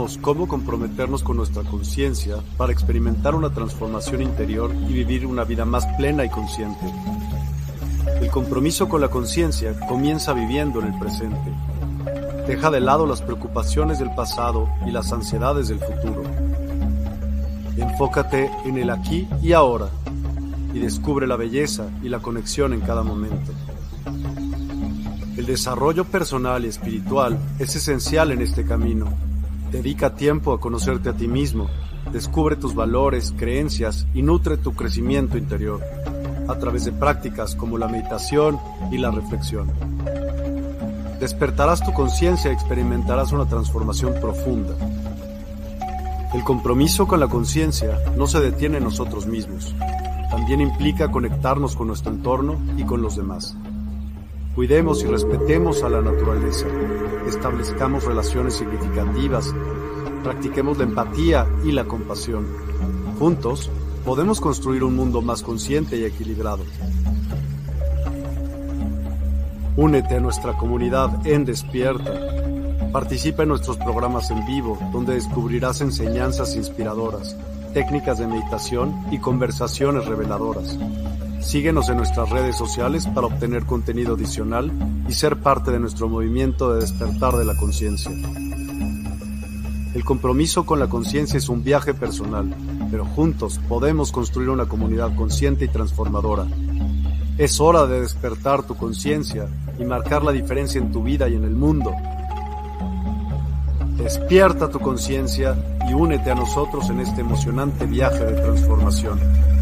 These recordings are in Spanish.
sabemos cómo comprometernos con nuestra conciencia para experimentar una transformación interior y vivir una vida más plena y consciente. El compromiso con la conciencia comienza viviendo en el presente. Deja de lado las preocupaciones del pasado y las ansiedades del futuro. Enfócate en el aquí y ahora y descubre la belleza y la conexión en cada momento. El desarrollo personal y espiritual es esencial en este camino. Dedica tiempo a conocerte a ti mismo, descubre tus valores, creencias y nutre tu crecimiento interior a través de prácticas como la meditación y la reflexión. Despertarás tu conciencia y experimentarás una transformación profunda. El compromiso con la conciencia no se detiene en nosotros mismos. También implica conectarnos con nuestro entorno y con los demás. Cuidemos y respetemos a la naturaleza. Establezcamos relaciones significativas. Practiquemos la empatía y la compasión. Juntos, podemos construir un mundo más consciente y equilibrado. Únete a nuestra comunidad en Despierta. Participa en nuestros programas en vivo, donde descubrirás enseñanzas inspiradoras, técnicas de meditación y conversaciones reveladoras. Síguenos en nuestras redes sociales para obtener contenido adicional y ser parte de nuestro movimiento de despertar de la conciencia. El compromiso con la conciencia es un viaje personal, pero juntos podemos construir una comunidad consciente y transformadora. Es hora de despertar tu conciencia y marcar la diferencia en tu vida y en el mundo. Despierta tu conciencia y únete a nosotros en este emocionante viaje de transformación.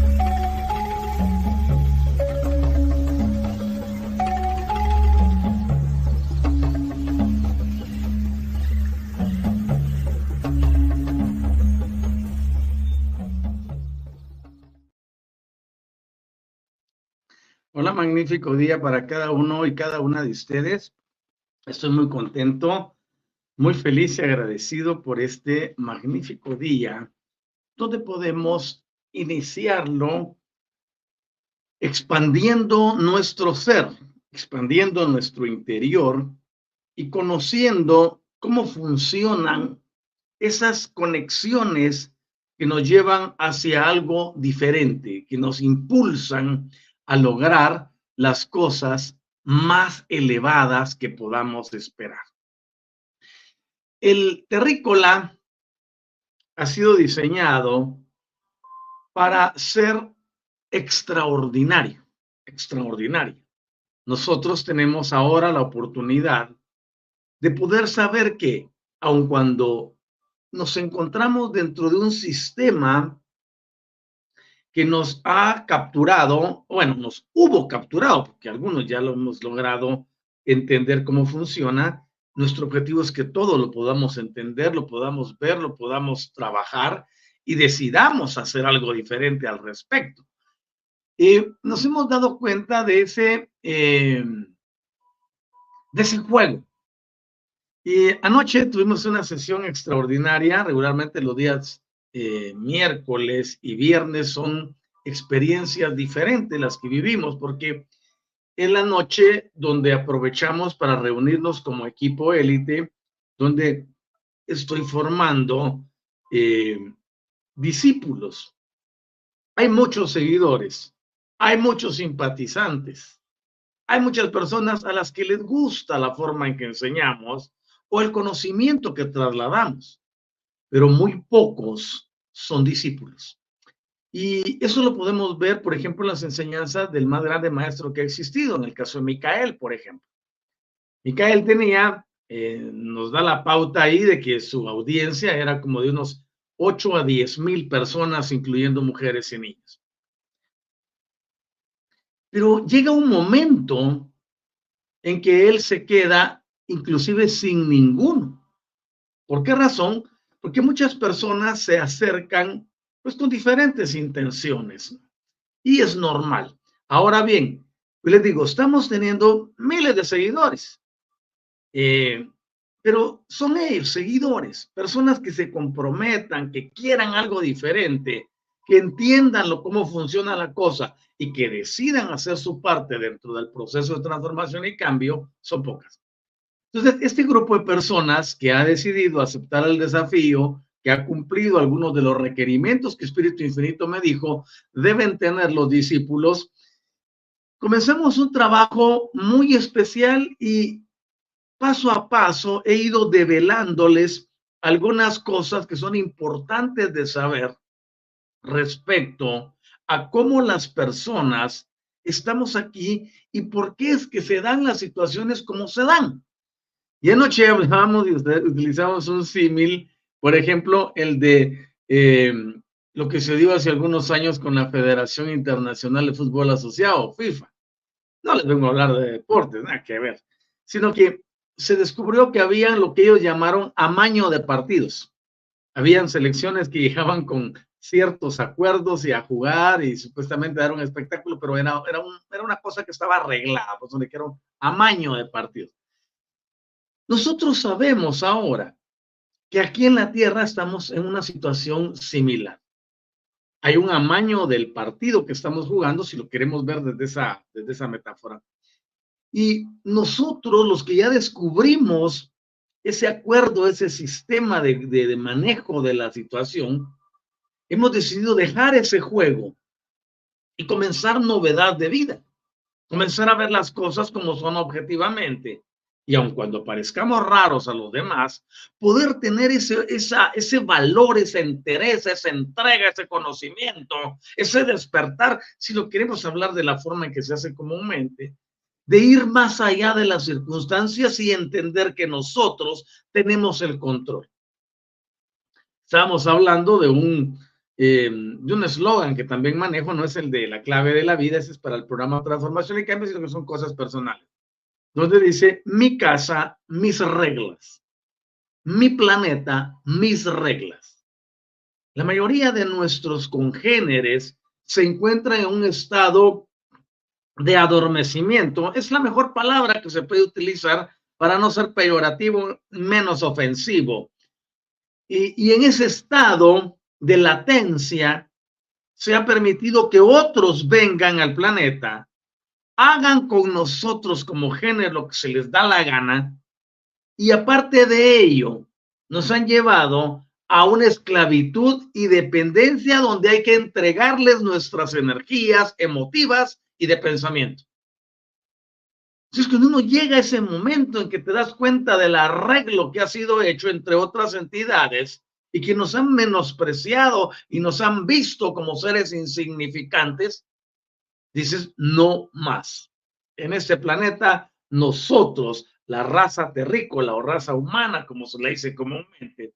Hola, magnífico día para cada uno y cada una de ustedes. Estoy muy contento, muy feliz y agradecido por este magnífico día, donde podemos iniciarlo expandiendo nuestro ser, expandiendo nuestro interior y conociendo cómo funcionan esas conexiones que nos llevan hacia algo diferente, que nos impulsan a lograr las cosas más elevadas que podamos esperar. El terrícola ha sido diseñado para ser extraordinario, extraordinario. Nosotros tenemos ahora la oportunidad de poder saber que, aun cuando nos encontramos dentro de un sistema que nos ha capturado, bueno, nos hubo capturado, porque algunos ya lo hemos logrado entender cómo funciona. Nuestro objetivo es que todo lo podamos entender, lo podamos ver, lo podamos trabajar y decidamos hacer algo diferente al respecto. Nos hemos dado cuenta de ese juego. Y anoche tuvimos una sesión extraordinaria. Regularmente los días miércoles y viernes son experiencias diferentes las que vivimos, porque es la noche donde aprovechamos para reunirnos como equipo élite, donde estoy formando discípulos. Hay muchos seguidores, hay muchos simpatizantes, hay muchas personas a las que les gusta la forma en que enseñamos o el conocimiento que trasladamos, pero muy pocos son discípulos. Y eso lo podemos ver, por ejemplo, en las enseñanzas del más grande maestro que ha existido, en el caso de Micael, por ejemplo. Micael tenía, nos da la pauta ahí de que su audiencia era como de unos 8 a 10,000 personas, incluyendo mujeres y niños. Pero llega un momento en que él se queda inclusive sin ninguno. ¿Por qué razón? Porque muchas personas se acercan pues con diferentes intenciones y es normal. Ahora bien, pues les digo, estamos teniendo miles de seguidores, pero son ellos, seguidores, personas que se comprometan, que quieran algo diferente, que entiendan cómo funciona la cosa y que decidan hacer su parte dentro del proceso de transformación y cambio, son pocas. Entonces, este grupo de personas que ha decidido aceptar el desafío, que ha cumplido algunos de los requerimientos que Espíritu Infinito me dijo, deben tener los discípulos. Comenzamos un trabajo muy especial y paso a paso he ido develándoles algunas cosas que son importantes de saber respecto a cómo las personas estamos aquí y por qué es que se dan las situaciones como se dan. Y anoche hablábamos y utilizamos un símil, por ejemplo, el de lo que se dio hace algunos años con la Federación Internacional de Fútbol Asociado, FIFA. No les vengo a hablar de deportes, nada que ver, sino que se descubrió que había lo que ellos llamaron amaño de partidos. Habían selecciones que llegaban con ciertos acuerdos y a jugar y supuestamente dar un espectáculo, pero era una cosa que estaba arreglada, pues donde era un amaño de partidos. Nosotros sabemos ahora que aquí en la Tierra estamos en una situación similar. Hay un amaño del partido que estamos jugando, si lo queremos ver desde esa metáfora. Y nosotros, los que ya descubrimos ese acuerdo, ese sistema de manejo de la situación, hemos decidido dejar ese juego y comenzar novedad de vida, comenzar a ver las cosas como son objetivamente. Y aun cuando parezcamos raros a los demás, poder tener ese valor, ese interés, esa entrega, ese conocimiento, ese despertar, si lo queremos hablar de la forma en que se hace comúnmente, de ir más allá de las circunstancias y entender que nosotros tenemos el control. Estábamos hablando de un eslogan que también manejo, no es el de la clave de la vida, ese es para el programa Transformación y Cambio, sino que son cosas personales, donde dice: mi casa, mis reglas, mi planeta, mis reglas. La mayoría de nuestros congéneres se encuentran en un estado de adormecimiento. Es la mejor palabra que se puede utilizar para no ser peyorativo, menos ofensivo. Y en ese estado de latencia se ha permitido que otros vengan al planeta, hagan con nosotros como género lo que se les da la gana, y aparte de ello, nos han llevado a una esclavitud y dependencia donde hay que entregarles nuestras energías emotivas y de pensamiento. Entonces, cuando uno llega a ese momento en que te das cuenta del arreglo que ha sido hecho entre otras entidades y que nos han menospreciado y nos han visto como seres insignificantes, dices: no más. En este planeta, nosotros, la raza terrícola o raza humana, como se le dice comúnmente,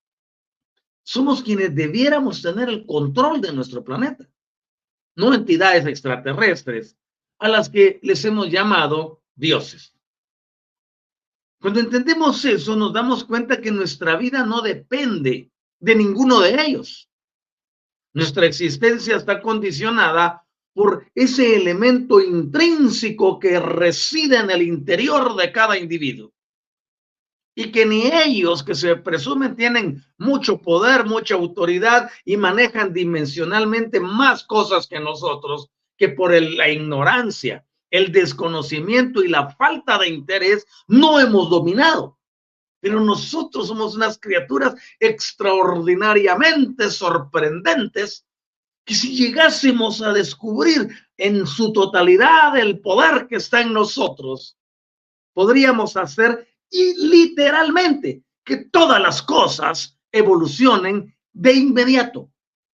somos quienes debiéramos tener el control de nuestro planeta, no entidades extraterrestres a las que les hemos llamado dioses. Cuando entendemos eso, nos damos cuenta que nuestra vida no depende de ninguno de ellos. Nuestra existencia está condicionada por ese elemento intrínseco que reside en el interior de cada individuo. Y que ni ellos, que se presumen tienen mucho poder, mucha autoridad y manejan dimensionalmente más cosas que nosotros, que por la ignorancia, el desconocimiento y la falta de interés no hemos dominado. Pero nosotros somos unas criaturas extraordinariamente sorprendentes que si llegásemos a descubrir en su totalidad el poder que está en nosotros, podríamos hacer y literalmente que todas las cosas evolucionen de inmediato.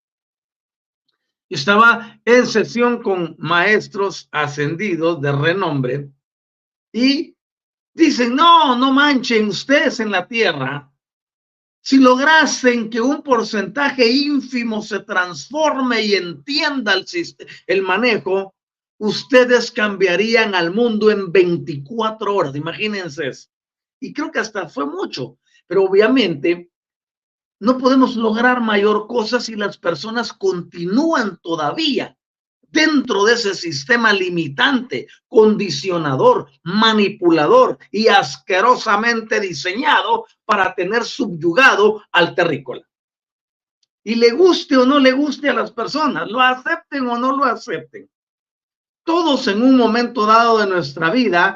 Estaba en sesión con maestros ascendidos de renombre y dicen: no manchen ustedes en la Tierra. Si lograsen que un porcentaje ínfimo se transforme y entienda el manejo, ustedes cambiarían al mundo en 24 horas. Imagínense eso. Y creo que hasta fue mucho, pero obviamente no podemos lograr mayor cosa si las personas continúan todavía dentro de ese sistema limitante, condicionador, manipulador y asquerosamente diseñado para tener subyugado al terrícola. Y le guste o no le guste a las personas, lo acepten o no lo acepten, todos en un momento dado de nuestra vida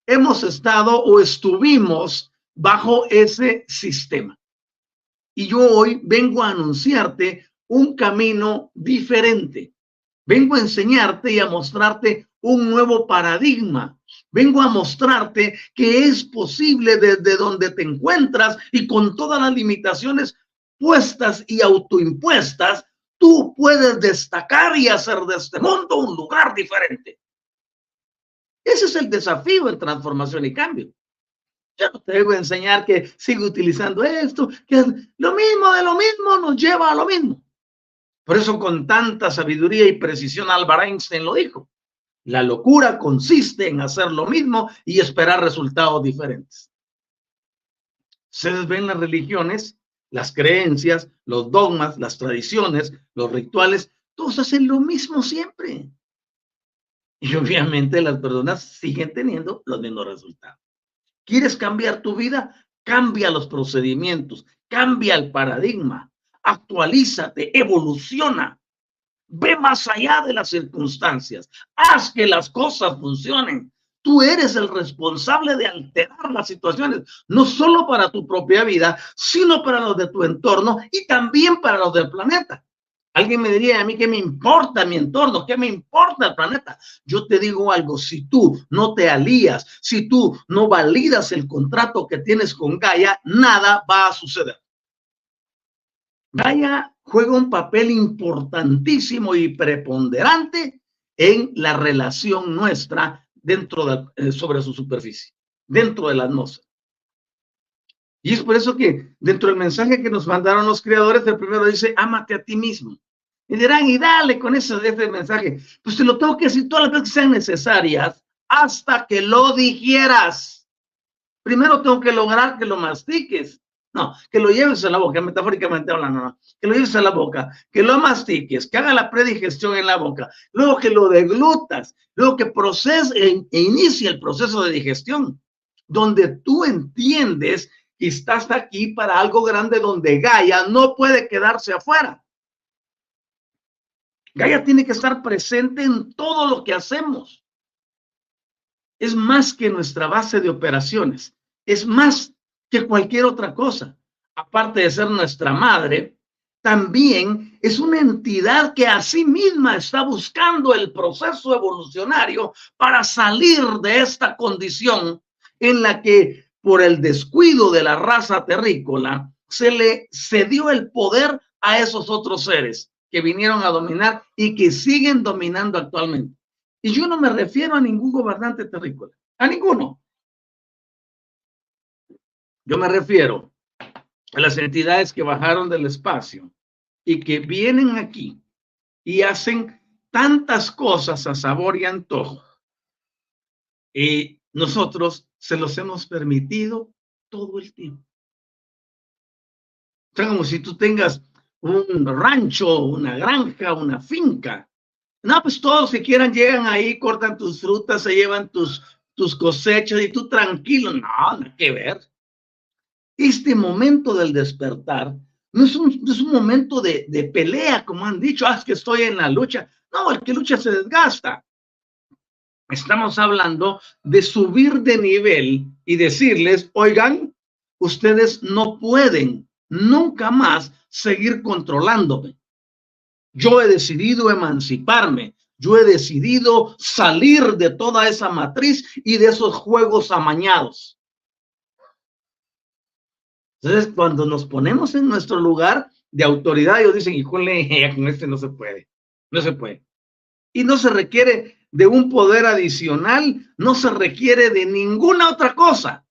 hemos estado o estuvimos bajo ese sistema. Y yo hoy vengo a anunciarte un camino diferente. Vengo a enseñarte y a mostrarte un nuevo paradigma. Vengo a mostrarte que es posible desde donde te encuentras y con todas las limitaciones puestas y autoimpuestas, tú puedes destacar y hacer de este mundo un lugar diferente. Ese es el desafío en transformación y cambio. Yo no te debo enseñar que sigue utilizando esto, que lo mismo de lo mismo nos lleva a lo mismo. Por eso con tanta sabiduría y precisión Albert Einstein lo dijo. La locura consiste en hacer lo mismo y esperar resultados diferentes. Ustedes ven las religiones, las creencias, los dogmas, las tradiciones, los rituales, todos hacen lo mismo siempre. Y obviamente las personas siguen teniendo los mismos resultados. ¿Quieres cambiar tu vida? Cambia los procedimientos, cambia el paradigma, actualízate, evoluciona. Ve más allá de las circunstancias. Haz que las cosas funcionen. Tú eres el responsable de alterar las situaciones, no solo para tu propia vida, sino para los de tu entorno y también para los del planeta. Alguien me diría a mí, ¿qué me importa mi entorno? ¿Qué me importa el planeta? Yo te digo algo, si tú no te alías, si tú no validas el contrato que tienes con Gaia, nada va a suceder. Gaia juega un papel importantísimo y preponderante en la relación nuestra dentro de, sobre su superficie, dentro de la atmósfera. Y es por eso que dentro del mensaje que nos mandaron los creadores, el primero dice, ámate a ti mismo. Y dirán, y dale con ese mensaje. Pues te lo tengo que decir todas las veces que sean necesarias hasta que lo digieras. Primero tengo que lograr que lo mastiques. No, que lo lleves a la boca, metafóricamente hablando, no. Que lo lleves a la boca, que lo mastiques, que haga la predigestión en la boca, luego que lo deglutas, luego que procese e inicie el proceso de digestión, donde tú entiendes que estás aquí para algo grande, donde Gaia no puede quedarse afuera. Gaia tiene que estar presente en todo lo que hacemos. Es más que nuestra base de operaciones, es más que cualquier otra cosa. Aparte de ser nuestra madre, también es una entidad que a sí misma está buscando el proceso evolucionario para salir de esta condición en la que por el descuido de la raza terrícola se le cedió el poder a esos otros seres que vinieron a dominar y que siguen dominando actualmente. Y yo no me refiero a ningún gobernante terrícola, a ninguno. Yo me refiero a las entidades que bajaron del espacio y que vienen aquí y hacen tantas cosas a sabor y antojo. Y nosotros se los hemos permitido todo el tiempo. O sea, como si tú tengas un rancho, una granja, una finca. No, pues todos los que quieran llegan ahí, cortan tus frutas, se llevan tus cosechas y tú tranquilo. No, nada que ver. Este momento del despertar no es un momento de pelea, como han dicho, es que estoy en la lucha. No, el que lucha se desgasta. Estamos hablando de subir de nivel y decirles, oigan, ustedes no pueden nunca más seguir controlándome. Yo he decidido emanciparme. Yo he decidido salir de toda esa matriz y de esos juegos amañados. Entonces, cuando nos ponemos en nuestro lugar de autoridad, ellos dicen, híjole, con este no se puede, no se puede. Y no se requiere de un poder adicional, no se requiere de ninguna otra cosa.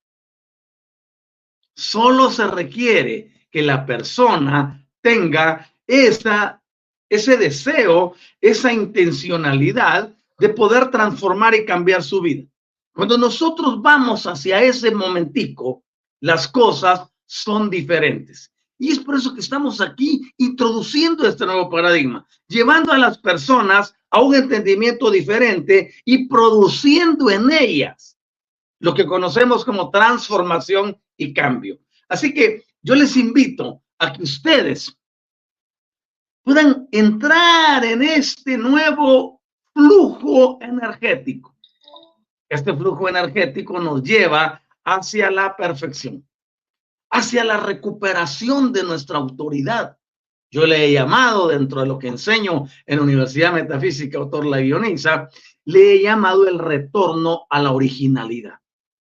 Solo se requiere que la persona tenga ese deseo, esa intencionalidad de poder transformar y cambiar su vida. Cuando nosotros vamos hacia ese momentico, las cosas son diferentes. Y es por eso que estamos aquí introduciendo este nuevo paradigma, llevando a las personas a un entendimiento diferente y produciendo en ellas lo que conocemos como transformación y cambio. Así que yo les invito a que ustedes puedan entrar en este nuevo flujo energético. Este flujo energético nos lleva hacia la perfección, hacia la recuperación de nuestra autoridad. Yo le he llamado, dentro de lo que enseño en la Universidad Metafísica Autor La Guioniza, le he llamado el retorno a la originalidad.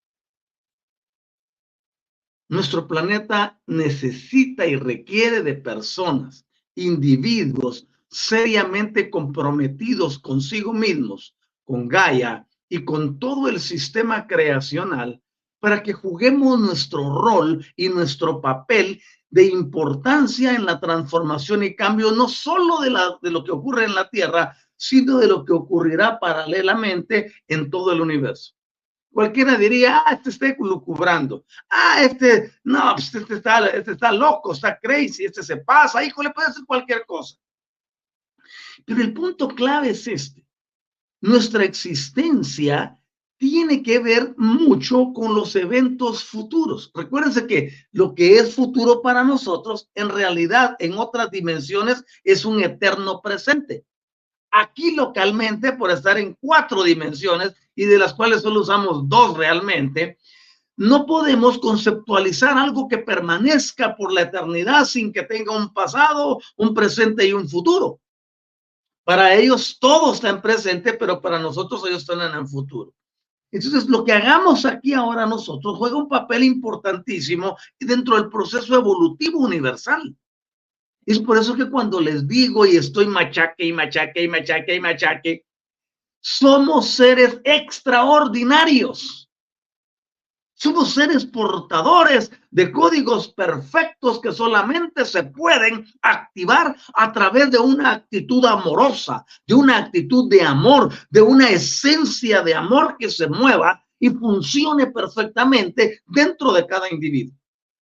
Nuestro planeta necesita y requiere de personas, individuos seriamente comprometidos consigo mismos, con Gaia y con todo el sistema creacional, para que juguemos nuestro rol y nuestro papel de importancia en la transformación y cambio, no solo de lo que ocurre en la Tierra, sino de lo que ocurrirá paralelamente en todo el universo. Cualquiera diría, este está lucubrando, no, pues este está loco, está crazy, este se pasa, híjole, puede hacer cualquier cosa. Pero el punto clave es este: nuestra existencia tiene que ver mucho con los eventos futuros. Recuérdense que lo que es futuro para nosotros, en realidad, en otras dimensiones, es un eterno presente. Aquí localmente, por estar en 4 dimensiones, y de las cuales solo usamos 2 realmente, no podemos conceptualizar algo que permanezca por la eternidad sin que tenga un pasado, un presente y un futuro. Para ellos todo está en presente, pero para nosotros ellos están en el futuro. Entonces, lo que hagamos aquí ahora nosotros juega un papel importantísimo dentro del proceso evolutivo universal. Es por eso que cuando les digo y estoy machaque y machaque y machaque y machaque, somos seres extraordinarios. Somos seres portadores de códigos perfectos que solamente se pueden activar a través de una actitud amorosa, de una actitud de amor, de una esencia de amor que se mueva y funcione perfectamente dentro de cada individuo.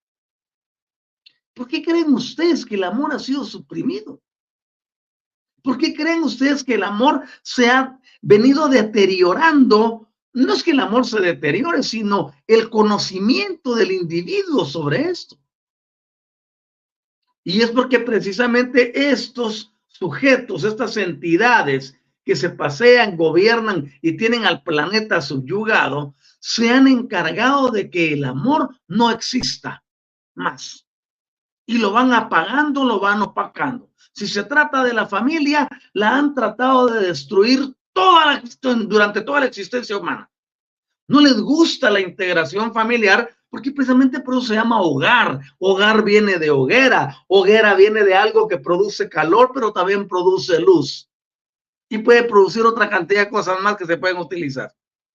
¿Por qué creen ustedes que el amor ha sido suprimido? ¿Por qué creen ustedes que el amor se ha venido deteriorando? No es que el amor se deteriore, sino el conocimiento del individuo sobre esto. Y es porque precisamente estos sujetos, estas entidades que se pasean, gobiernan y tienen al planeta subyugado, se han encargado de que el amor no exista más. Y lo van apagando, lo van opacando. Si se trata de la familia, la han tratado de destruir durante toda la existencia humana. No les gusta la integración familiar porque precisamente por eso se llama hogar. Hogar viene de hoguera. Hoguera viene de algo que produce calor, pero también produce luz. Y puede producir otra cantidad de cosas más que se pueden utilizar.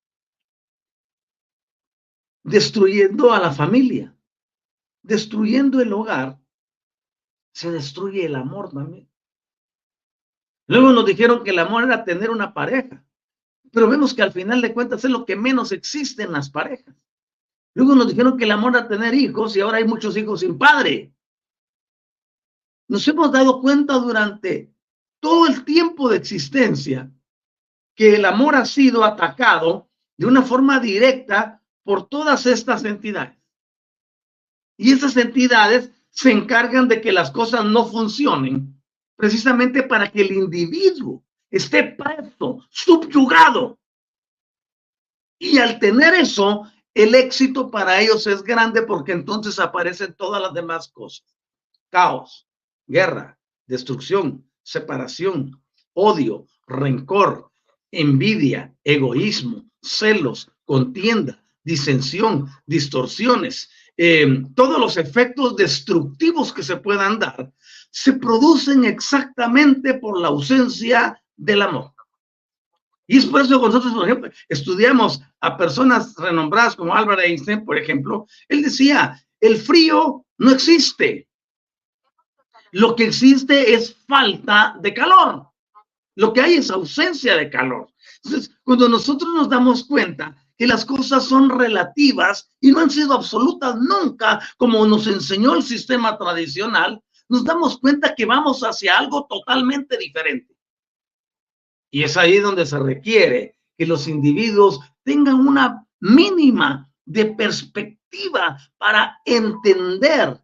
Destruyendo a la familia, destruyendo el hogar, se destruye el amor también. Luego nos dijeron que el amor era tener una pareja, pero vemos que al final de cuentas es lo que menos existe en las parejas. Luego nos dijeron que el amor era tener hijos y ahora hay muchos hijos sin padre. Nos hemos dado cuenta durante todo el tiempo de existencia que el amor ha sido atacado de una forma directa por todas estas entidades. Y esas entidades se encargan de que las cosas no funcionen, precisamente para que el individuo esté preso, subyugado. Y al tener eso, el éxito para ellos es grande porque entonces aparecen todas las demás cosas. Caos, guerra, destrucción, separación, odio, rencor, envidia, egoísmo, celos, contienda, disensión, distorsiones. Todos los efectos destructivos que se puedan dar se producen exactamente por la ausencia del amor. Y es por eso que nosotros, por ejemplo, estudiamos a personas renombradas como Albert Einstein, por ejemplo. Él decía, el frío no existe. Lo que existe es falta de calor. Lo que hay es ausencia de calor. Entonces, cuando nosotros nos damos cuenta que las cosas son relativas y no han sido absolutas nunca, como nos enseñó el sistema tradicional, nos damos cuenta que vamos hacia algo totalmente diferente. Y es ahí donde se requiere que los individuos tengan una mínima de perspectiva para entender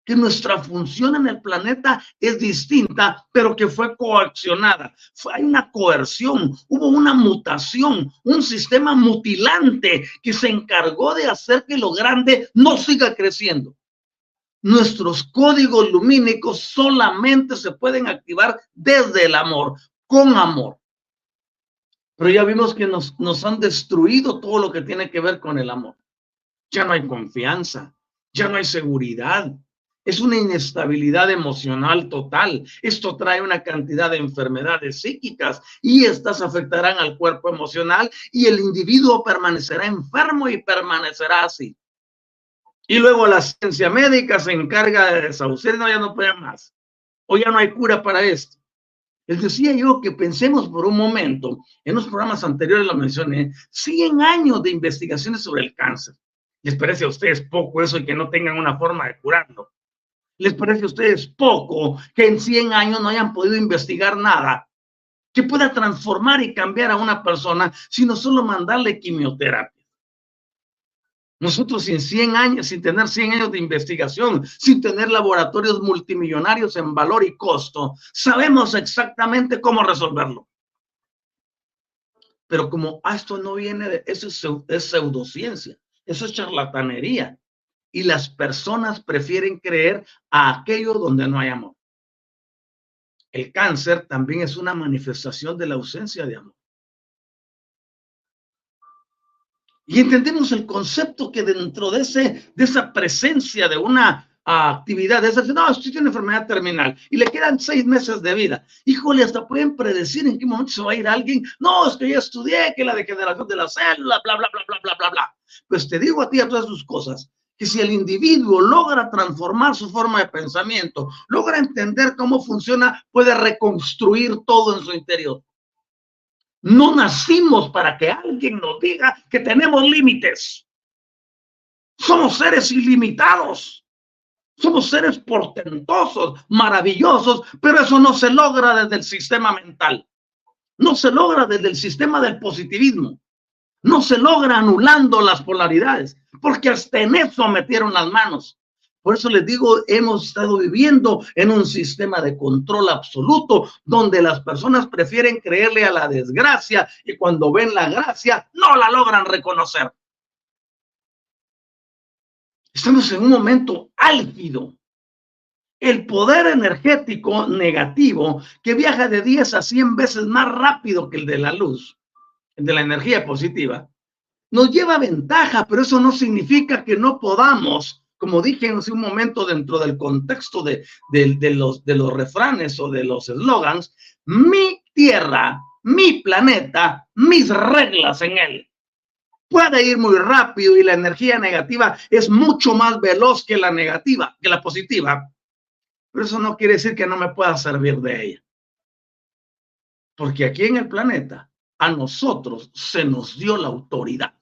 que nuestra función en el planeta es distinta, pero que fue coaccionada. Hay una coerción, hubo una mutación, un sistema mutilante que se encargó de hacer que lo grande no siga creciendo. Nuestros códigos lumínicos solamente se pueden activar desde el amor, con amor. Pero ya vimos que nos han destruido todo lo que tiene que ver con el amor. Ya no hay confianza, ya no hay seguridad. Es una inestabilidad emocional total. Esto trae una cantidad de enfermedades psíquicas y estas afectarán al cuerpo emocional y el individuo permanecerá enfermo y permanecerá así. Y luego la ciencia médica se encarga de desahuciar, no, ya no puede más. O ya no hay cura para esto. Les decía yo que pensemos por un momento, en los programas anteriores lo mencioné, 100 años de investigaciones sobre el cáncer. ¿Les parece a ustedes poco eso y que no tengan una forma de curarlo? ¿Les parece a ustedes poco que en 100 años no hayan podido investigar nada que pueda transformar y cambiar a una persona, sino solo mandarle quimioterapia? Nosotros sin 100 años, sin tener 100 años de investigación, sin tener laboratorios multimillonarios en valor y costo, sabemos exactamente cómo resolverlo. Pero como esto no viene de, eso es pseudociencia, eso es charlatanería. Y las personas prefieren creer a aquello donde no hay amor. El cáncer también es una manifestación de la ausencia de amor. Y entendemos el concepto que dentro de esa presencia de una actividad, es decir, no, usted tiene enfermedad terminal y le quedan 6 meses de vida. Híjole, hasta pueden predecir en qué momento se va a ir alguien. No, es que ya estudié que la degeneración de la célula, bla, bla, bla, bla, bla, bla, bla. Pues te digo a ti, a todas tus cosas, que si el individuo logra transformar su forma de pensamiento, logra entender cómo funciona, puede reconstruir todo en su interior. No nacimos para que alguien nos diga que tenemos límites. Somos seres ilimitados. Somos seres portentosos, maravillosos, pero eso no se logra desde el sistema mental. No se logra desde el sistema del positivismo. No se logra anulando las polaridades, porque hasta en eso metieron las manos. Por eso les digo, hemos estado viviendo en un sistema de control absoluto, donde las personas prefieren creerle a la desgracia y cuando ven la gracia no la logran reconocer. Estamos en un momento álgido. El poder energético negativo que viaja de 10 a 100 veces más rápido que el de la luz, el de la energía positiva, nos lleva ventaja, pero eso no significa que no podamos, como dije en un momento dentro del contexto de los refranes o de los eslogans, mi tierra, mi planeta, mis reglas en él. Puede ir muy rápido y la energía negativa es mucho más veloz que la negativa, que la positiva, pero eso no quiere decir que no me pueda servir de ella. Porque aquí en el planeta, a nosotros se nos dio la autoridad.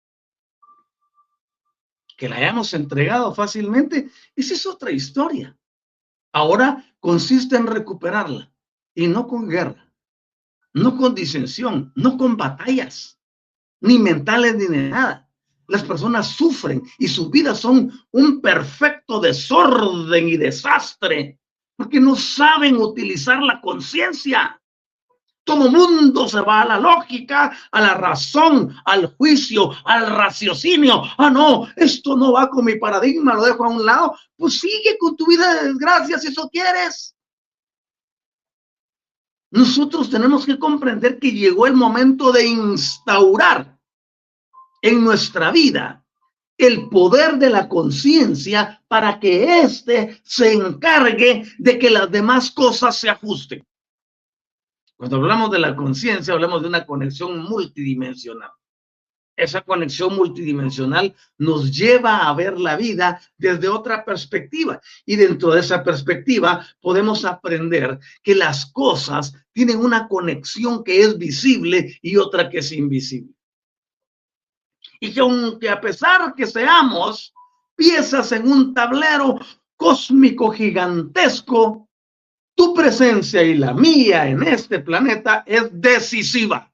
Que la hayamos entregado fácilmente, esa es otra historia. Ahora consiste en recuperarla y no con guerra, no con disensión, no con batallas, ni mentales ni de nada. Las personas sufren y sus vidas son un perfecto desorden y desastre porque no saben utilizar la conciencia. Todo mundo se va a la lógica, a la razón, al juicio, al raciocinio. Ah, no, esto no va con mi paradigma, lo dejo a un lado. Pues sigue con tu vida de desgracia si eso quieres. Nosotros tenemos que comprender que llegó el momento de instaurar en nuestra vida el poder de la conciencia para que éste se encargue de que las demás cosas se ajusten. Cuando hablamos de la conciencia, hablamos de una conexión multidimensional. Esa conexión multidimensional nos lleva a ver la vida desde otra perspectiva. Y dentro de esa perspectiva podemos aprender que las cosas tienen una conexión que es visible y otra que es invisible. Y que aunque a pesar que seamos piezas en un tablero cósmico gigantesco, tu presencia y la mía en este planeta es decisiva.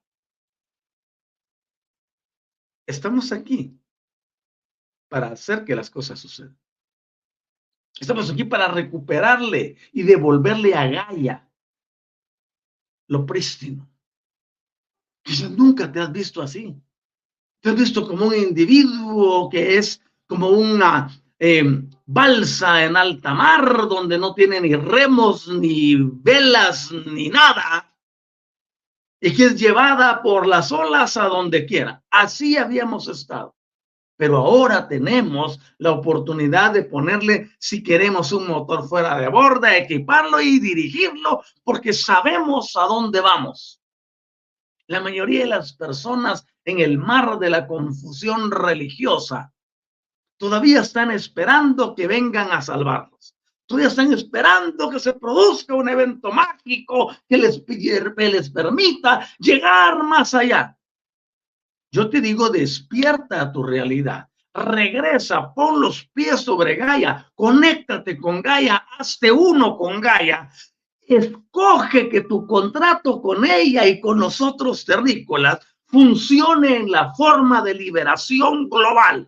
Estamos aquí para hacer que las cosas sucedan. Estamos aquí para recuperarle y devolverle a Gaia lo prístino. Quizás nunca te has visto así. Te has visto como un individuo que es como una balsa en alta mar, donde no tiene ni remos, ni velas, ni nada, y que es llevada por las olas a donde quiera. Así habíamos estado. Pero ahora tenemos la oportunidad de ponerle, si queremos, un motor fuera de borda, equiparlo y dirigirlo, porque sabemos a dónde vamos. La mayoría de las personas en el mar de la confusión religiosa todavía están esperando que vengan a salvarlos. Todavía están esperando que se produzca un evento mágico que les permita llegar más allá. Yo te digo, despierta a tu realidad. Regresa, pon los pies sobre Gaia, conéctate con Gaia, hazte uno con Gaia. Escoge que tu contrato con ella y con los otros terrícolas funcione en la forma de liberación global.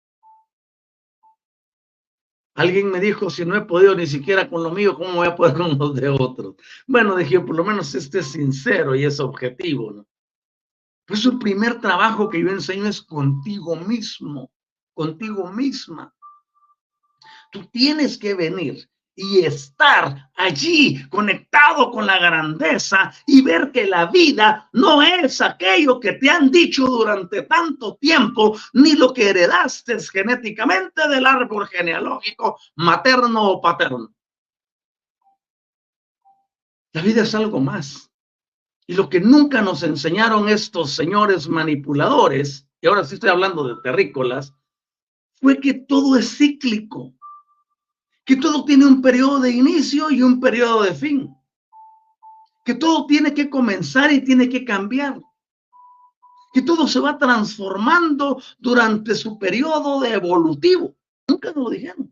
Alguien me dijo, si no he podido ni siquiera con lo mío, ¿cómo voy a poder con los de otros? Bueno, dije, por lo menos este es sincero y es objetivo, ¿no? Pues el primer trabajo que yo enseño es contigo mismo, contigo misma. Tú tienes que venir y estar allí conectado con la grandeza y ver que la vida no es aquello que te han dicho durante tanto tiempo, ni lo que heredaste genéticamente del árbol genealógico materno o paterno. La vida es algo más. Y lo que nunca nos enseñaron estos señores manipuladores, y ahora sí estoy hablando de terrícolas, fue que todo es cíclico, que todo tiene un periodo de inicio y un periodo de fin, que todo tiene que comenzar y tiene que cambiar, que todo se va transformando durante su periodo de evolutivo. Nunca nos lo dijeron.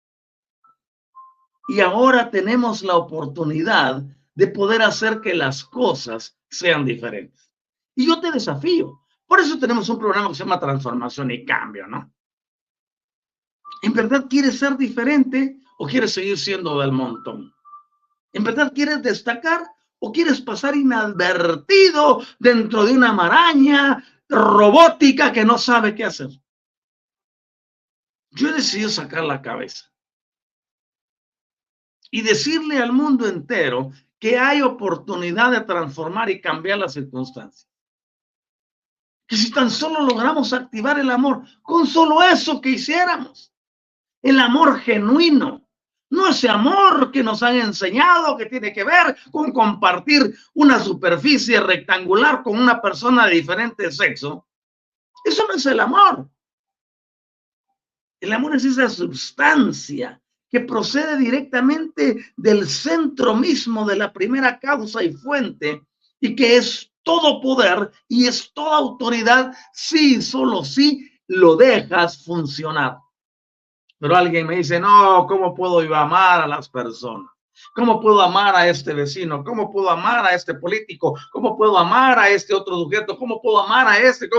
Y ahora tenemos la oportunidad de poder hacer que las cosas sean diferentes. Y yo te desafío. Por eso tenemos un programa que se llama Transformación y Cambio, ¿no? ¿En verdad quieres ser diferente o quieres seguir siendo del montón? ¿En verdad quieres destacar o quieres pasar inadvertido dentro de una maraña robótica que no sabe qué hacer? Yo he decidido sacar la cabeza y decirle al mundo entero que hay oportunidad de transformar y cambiar las circunstancias. Que si tan solo logramos activar el amor, con solo eso que hiciéramos, el amor genuino, no ese amor que nos han enseñado que tiene que ver con compartir una superficie rectangular con una persona de diferente sexo. Eso no es el amor. El amor es esa sustancia que procede directamente del centro mismo de la primera causa y fuente, y que es todo poder y es toda autoridad si solo si lo dejas funcionar. Pero alguien me dice, no, ¿cómo puedo yo amar a las personas? ¿Cómo puedo amar a este vecino? ¿Cómo puedo amar a este político? ¿Cómo puedo amar a este otro sujeto? ¿Cómo puedo amar a este?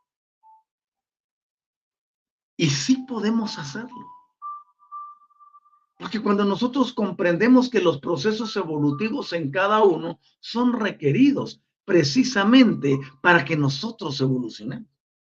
Y sí podemos hacerlo. Porque cuando nosotros comprendemos que los procesos evolutivos en cada uno son requeridos precisamente para que nosotros evolucionemos.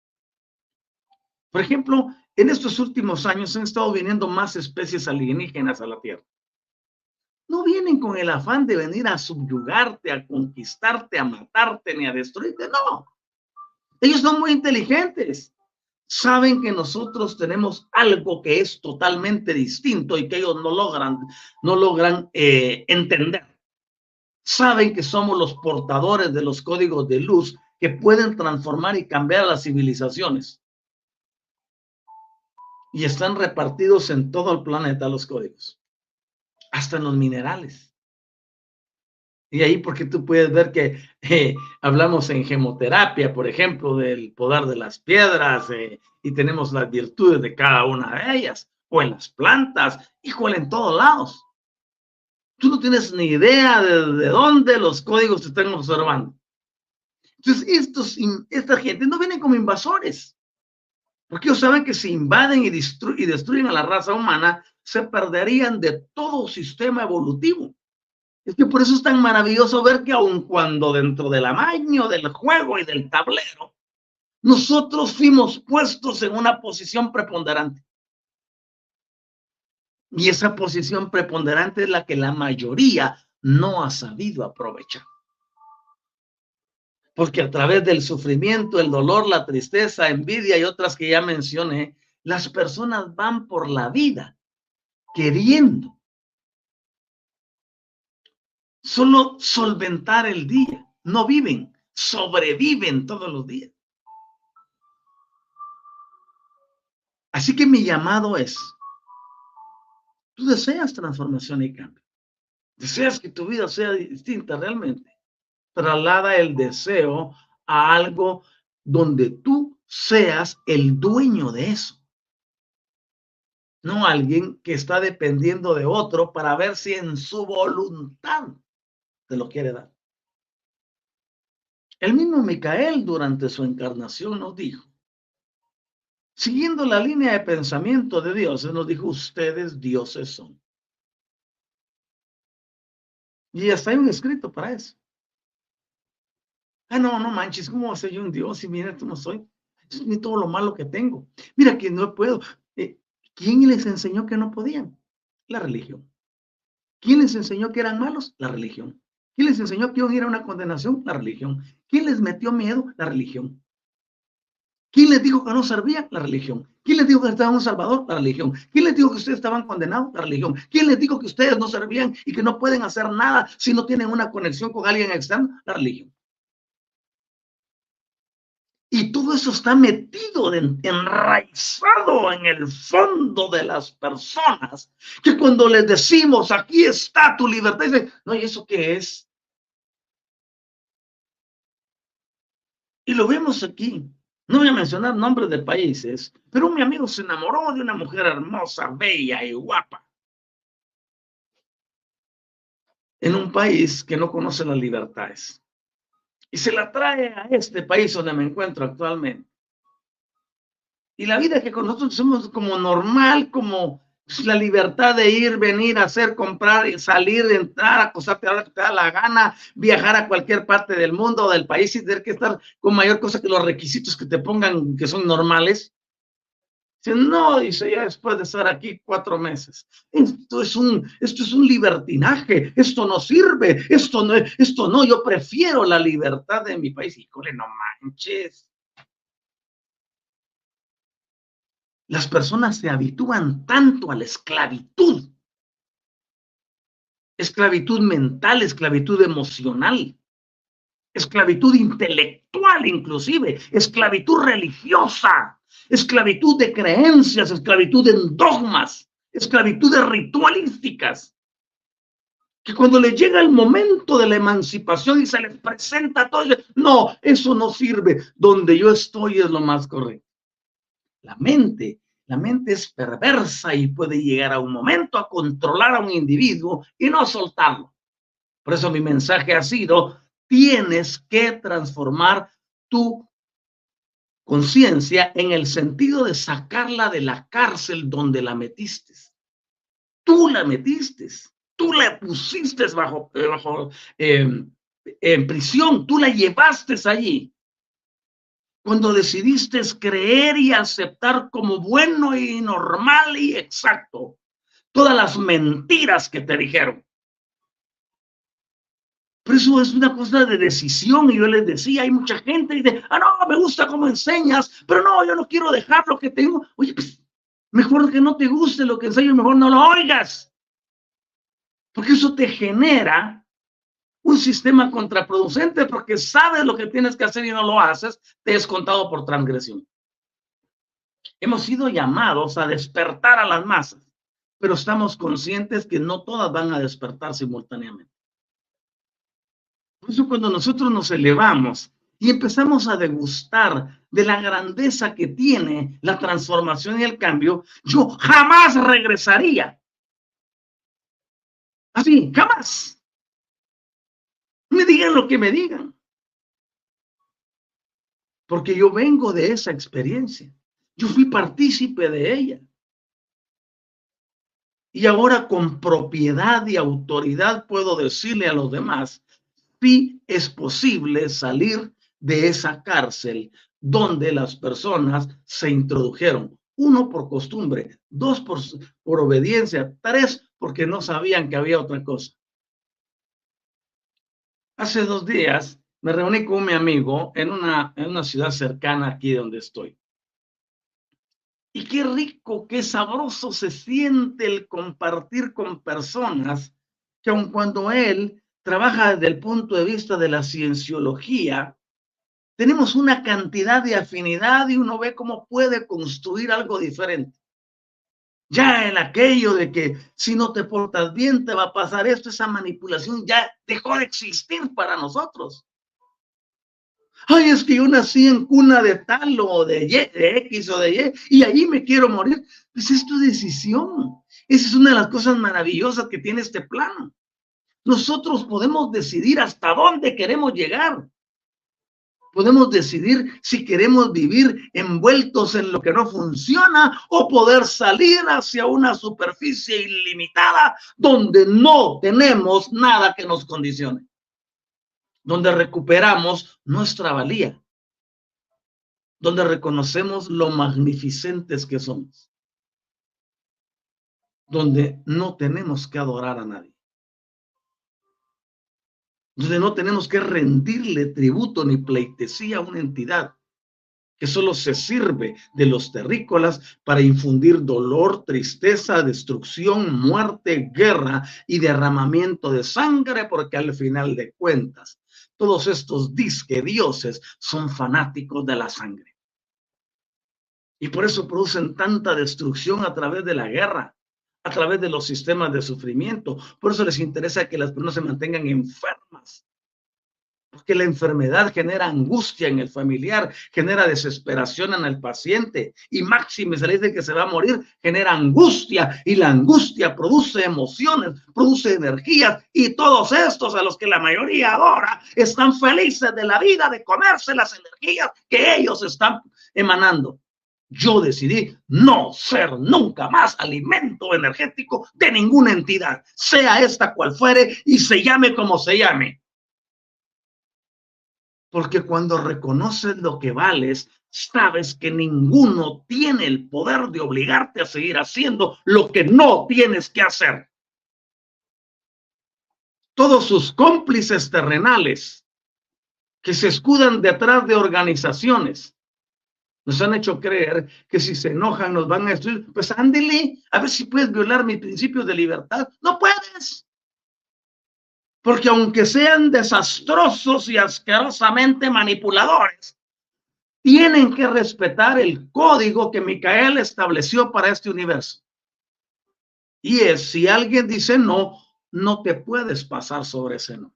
Por ejemplo, en estos últimos años han estado viniendo más especies alienígenas a la Tierra. No vienen con el afán de venir a subyugarte, a conquistarte, a matarte, ni a destruirte, no. Ellos son muy inteligentes. Saben que nosotros tenemos algo que es totalmente distinto y que ellos no logran entender. Saben que somos los portadores de los códigos de luz que pueden transformar y cambiar las civilizaciones. Y están repartidos en todo el planeta los códigos, hasta en los minerales. Y ahí porque tú puedes ver que hablamos en gemoterapia, por ejemplo, del poder de las piedras y tenemos las virtudes de cada una de ellas, o en las plantas, híjole, en todos lados. Tú no tienes ni idea de dónde los códigos te están observando. Entonces, esta gente no viene como invasores, porque ellos saben que si invaden y destruyen a la raza humana, se perderían de todo sistema evolutivo. Es que por eso es tan maravilloso ver que aun cuando dentro del amaño del juego y del tablero, nosotros fuimos puestos en una posición preponderante. Y esa posición preponderante es la que la mayoría no ha sabido aprovechar. Porque a través del sufrimiento, el dolor, la tristeza, envidia y otras que ya mencioné, las personas van por la vida queriendo solo solventar el día. No viven, sobreviven todos los días. Así que mi llamado es, tú deseas transformación y cambio. Deseas que tu vida sea distinta realmente. Traslada el deseo a algo donde tú seas el dueño de eso. No alguien que está dependiendo de otro para ver si en su voluntad te lo quiere dar. El mismo Micael durante su encarnación nos dijo, siguiendo la línea de pensamiento de Dios, nos dijo, ustedes dioses son. Y hasta hay un escrito para eso. Ah, no manches, ¿cómo voy a ser yo un Dios? Y mira, tú no soy. Ni todo lo malo que tengo. Mira que no puedo. ¿Quién les enseñó que no podían? La religión. ¿Quién les enseñó que eran malos? La religión. ¿Quién les enseñó que iban a ir a una condenación? La religión. ¿Quién les metió miedo? La religión. ¿Quién les dijo que no servía? La religión. ¿Quién les dijo que estaban un salvador? La religión. ¿Quién les dijo que ustedes estaban condenados? La religión. ¿Quién les dijo que ustedes no servían y que no pueden hacer nada si no tienen una conexión con alguien externo? La religión. Y todo eso está metido, enraizado en el fondo de las personas, que cuando les decimos, aquí está tu libertad, dicen, no, ¿y eso qué es? Y lo vemos aquí. No voy a mencionar nombres de países, pero mi amigo se enamoró de una mujer hermosa, bella y guapa, en un país que no conoce las libertades. Y se la trae a este país donde me encuentro actualmente. Y la vida que con nosotros somos como normal, como la libertad de ir, venir, hacer, comprar, salir, entrar, acostarte a la hora que te da la gana, viajar a cualquier parte del mundo o del país sin tener que estar con mayor cosa que los requisitos que te pongan que son normales. Dice, no, dice, ya después de estar aquí 4 meses, esto es un libertinaje, esto no sirve, esto no, yo prefiero la libertad de mi país. Híjole, no manches. Las personas se habitúan tanto a la esclavitud mental, esclavitud emocional, esclavitud intelectual inclusive, esclavitud religiosa, esclavitud de creencias, esclavitud en dogmas, esclavitud de ritualísticas, que cuando les llega el momento de la emancipación y se les presenta todo, no, eso no sirve, donde yo estoy es lo más correcto. La mente es perversa y puede llegar a un momento a controlar a un individuo y no soltarlo. Por eso mi mensaje ha sido, tienes que transformar tu conciencia en el sentido de sacarla de la cárcel donde la metiste. Tú la metiste, tú la pusiste en prisión, tú la llevaste allí. Cuando decidiste creer y aceptar como bueno y normal y exacto todas las mentiras que te dijeron. Pero eso es una cosa de decisión, y yo les decía, hay mucha gente que dice, no, me gusta cómo enseñas, pero no, yo no quiero dejar lo que tengo. Oye, pues, mejor que no te guste lo que enseño, mejor no lo oigas. Porque eso te genera un sistema contraproducente, porque sabes lo que tienes que hacer y no lo haces, te es contado por transgresión. Hemos sido llamados a despertar a las masas, pero estamos conscientes que no todas van a despertar simultáneamente. Por eso cuando nosotros nos elevamos y empezamos a degustar de la grandeza que tiene la transformación y el cambio, yo jamás regresaría. Así, jamás. Me digan lo que me digan. Porque yo vengo de esa experiencia. Yo fui partícipe de ella. Y ahora con propiedad y autoridad puedo decirle a los demás, sí es posible salir de esa cárcel donde las personas se introdujeron. Uno, por costumbre; dos, por obediencia; tres, porque no sabían que había otra cosa. Hace 2 días me reuní con mi amigo en una ciudad cercana aquí donde estoy. Y qué rico, qué sabroso se siente el compartir con personas que aun cuando él trabaja desde el punto de vista de la cienciología, tenemos una cantidad de afinidad y uno ve cómo puede construir algo diferente. Ya en aquello de que si no te portas bien te va a pasar esto, esa manipulación ya dejó de existir para nosotros. Ay, es que yo nací en cuna de tal o de Y, de X o de Y allí me quiero morir. Pues es tu decisión. Esa es una de las cosas maravillosas que tiene este plano. Nosotros podemos decidir hasta dónde queremos llegar. Podemos decidir si queremos vivir envueltos en lo que no funciona o poder salir hacia una superficie ilimitada donde no tenemos nada que nos condicione, donde recuperamos nuestra valía, donde reconocemos lo magnificentes que somos, donde no tenemos que adorar a nadie, donde no tenemos que rendirle tributo ni pleitesía a una entidad que solo se sirve de los terrícolas para infundir dolor, tristeza, destrucción, muerte, guerra y derramamiento de sangre, porque al final de cuentas, todos estos disque dioses son fanáticos de la sangre. Y por eso producen tanta destrucción a través de la guerra, a través de los sistemas de sufrimiento. Por eso les interesa que las personas se mantengan enfermas. Porque la enfermedad genera angustia en el familiar, genera desesperación en el paciente, y máxime se le dice que se va a morir, genera angustia, y la angustia produce emociones, produce energías, y todos estos a los que la mayoría ahora están felices de la vida, de comerse las energías que ellos están emanando. Yo decidí no ser nunca más alimento energético de ninguna entidad, sea esta cual fuere y se llame como se llame. Porque cuando reconoces lo que vales, sabes que ninguno tiene el poder de obligarte a seguir haciendo lo que no tienes que hacer. Todos sus cómplices terrenales que se escudan detrás de organizaciones nos han hecho creer que si se enojan nos van a destruir. Pues ándele, a ver si puedes violar mis principios de libertad. No puedes. Porque aunque sean desastrosos y asquerosamente manipuladores, tienen que respetar el código que Micael estableció para este universo. Y es, si alguien dice no, no te puedes pasar sobre ese no.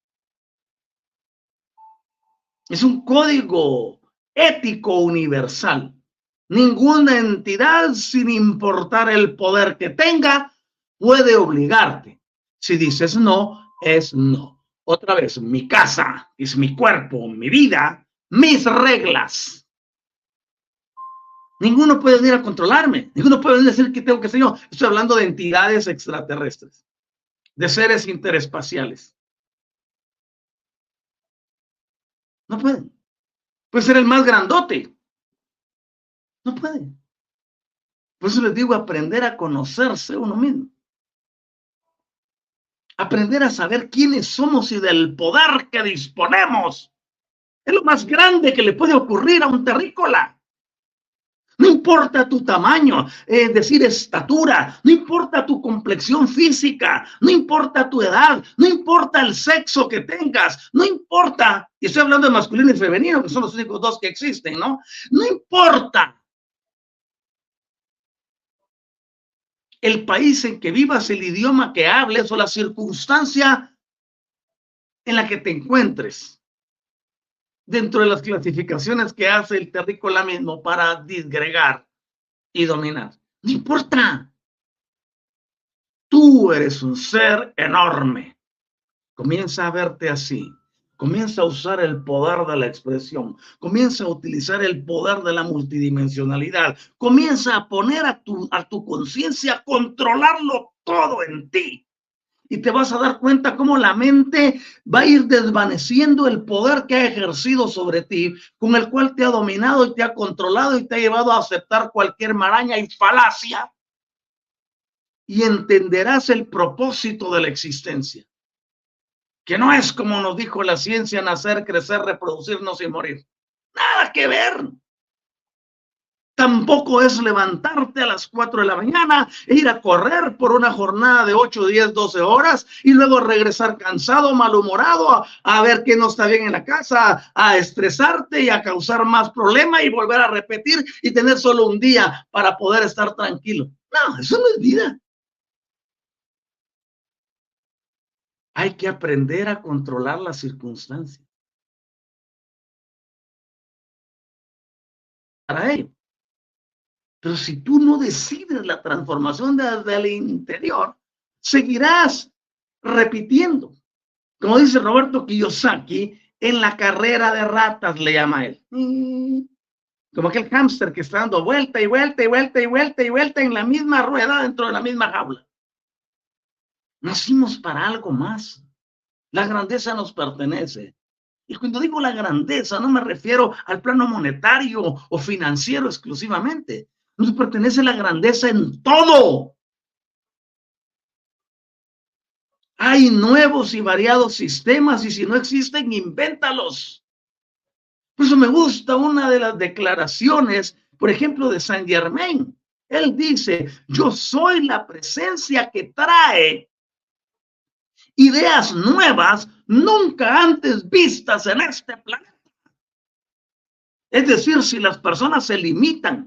Es un código ético universal. Ninguna entidad, sin importar el poder que tenga, puede obligarte. Si dices no, es no. Otra vez, mi casa es mi cuerpo, mi vida, mis reglas. Ninguno puede venir a controlarme. Ninguno puede venir a decir que tengo que ser yo. Estoy hablando de entidades extraterrestres, de seres interespaciales. No pueden. Puede ser el más grandote. No pueden. Por eso les digo, aprender a conocerse uno mismo. Aprender a saber quiénes somos y del poder que disponemos. Es lo más grande que le puede ocurrir a un terrícola. No importa tu tamaño, es decir, estatura, no importa tu complexión física, no importa tu edad, no importa el sexo que tengas, no importa, y estoy hablando de masculino y femenino, que son los únicos dos que existen, ¿no? No importa el país en que vivas, el idioma que hables o la circunstancia en la que te encuentres, dentro de las clasificaciones que hace el terrícola mismo para disgregar y dominar. No importa. Tú eres un ser enorme. Comienza a verte así. Comienza a usar el poder de la expresión. Comienza a utilizar el poder de la multidimensionalidad. Comienza a poner a tu conciencia, a controlarlo todo en ti. Y te vas a dar cuenta cómo la mente va a ir desvaneciendo el poder que ha ejercido sobre ti, con el cual te ha dominado y te ha controlado y te ha llevado a aceptar cualquier maraña y falacia. Y entenderás el propósito de la existencia, que no es como nos dijo la ciencia: nacer, crecer, reproducirnos y morir. Nada que ver. Tampoco es levantarte a las 4 de la mañana e ir a correr por una jornada de 8, 10, 12 horas y luego regresar cansado, malhumorado, a ver qué no está bien en la casa, a estresarte y a causar más problema y volver a repetir y tener solo un día para poder estar tranquilo. No, eso no es vida. Hay que aprender a controlar las circunstancias. Para ello. Pero si tú no decides la transformación desde el interior, seguirás repitiendo. Como dice Roberto Kiyosaki, en la carrera de ratas le llama él. Como aquel hámster que está dando vuelta y vuelta y vuelta y vuelta y vuelta en la misma rueda dentro de la misma jaula. Nacimos para algo más. La grandeza nos pertenece. Y cuando digo la grandeza, no me refiero al plano monetario o financiero exclusivamente. Nos pertenece la grandeza en todo. Hay nuevos y variados sistemas y si no existen, invéntalos. Por eso me gusta una de las declaraciones, por ejemplo, de Saint Germain. Él dice: yo soy la presencia que trae ideas nuevas nunca antes vistas en este planeta. Es decir, si las personas se limitan,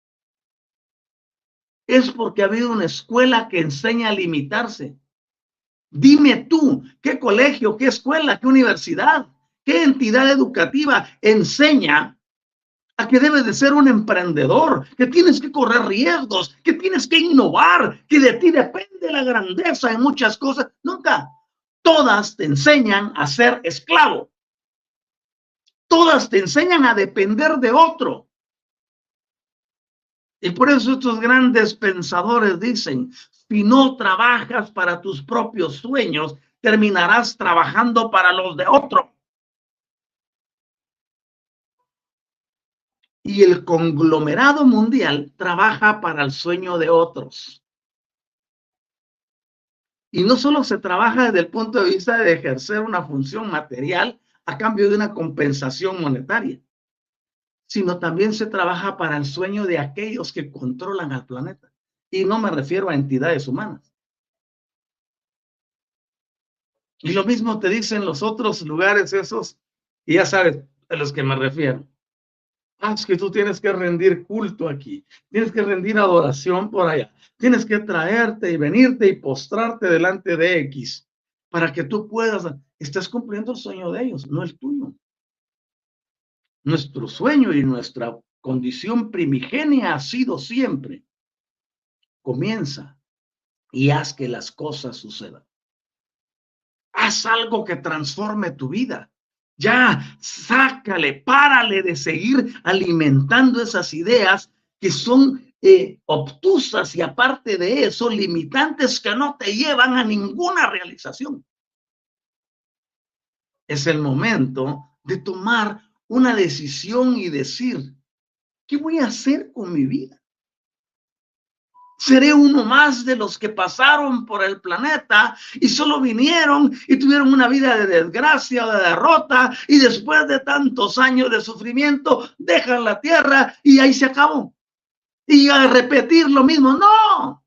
es porque ha habido una escuela que enseña a limitarse. Dime tú, ¿qué colegio, qué escuela, qué universidad, qué entidad educativa enseña a que debes de ser un emprendedor, que tienes que correr riesgos, que tienes que innovar, que de ti depende la grandeza en muchas cosas? Nunca. Todas te enseñan a ser esclavo. Todas te enseñan a depender de otro. Y por eso estos grandes pensadores dicen: si no trabajas para tus propios sueños, terminarás trabajando para los de otro. Y el conglomerado mundial trabaja para el sueño de otros. Y no solo se trabaja desde el punto de vista de ejercer una función material a cambio de una compensación monetaria, sino también se trabaja para el sueño de aquellos que controlan al planeta. Y no me refiero a entidades humanas. Y lo mismo te dicen los otros lugares esos, y ya sabes a los que me refiero. Es que tú tienes que rendir culto aquí, tienes que rendir adoración por allá, tienes que traerte y venirte y postrarte delante de X para que tú puedas. Estás cumpliendo el sueño de ellos, no el tuyo. Nuestro sueño y nuestra condición primigenia ha sido siempre: comienza y haz que las cosas sucedan. Haz algo que transforme tu vida. Ya, sácale, párale de seguir alimentando esas ideas que son obtusas y aparte de eso, limitantes que no te llevan a ninguna realización. Es el momento de tomar una decisión y decir: ¿qué voy a hacer con mi vida? Seré uno más de los que pasaron por el planeta y solo vinieron y tuvieron una vida de desgracia o de derrota y después de tantos años de sufrimiento dejan la tierra y ahí se acabó. Y a repetir lo mismo. No.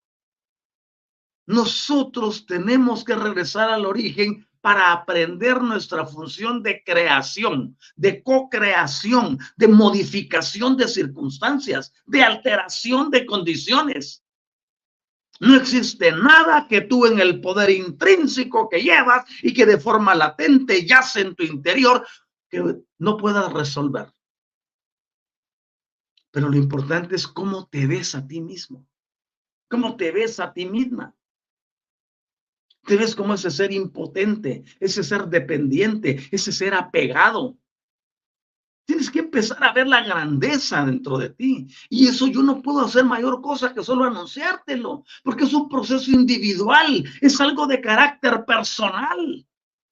Nosotros tenemos que regresar al origen para aprender nuestra función de creación, de co-creación, de modificación de circunstancias, de alteración de condiciones. No existe nada que tú en el poder intrínseco que llevas y que de forma latente yace en tu interior que no puedas resolver. Pero lo importante es cómo te ves a ti mismo, cómo te ves a ti misma. Te ves como ese ser impotente, ese ser dependiente, ese ser apegado. Tienes que empezar a ver la grandeza dentro de ti. Y eso yo no puedo hacer mayor cosa que solo anunciártelo, porque es un proceso individual, es algo de carácter personal.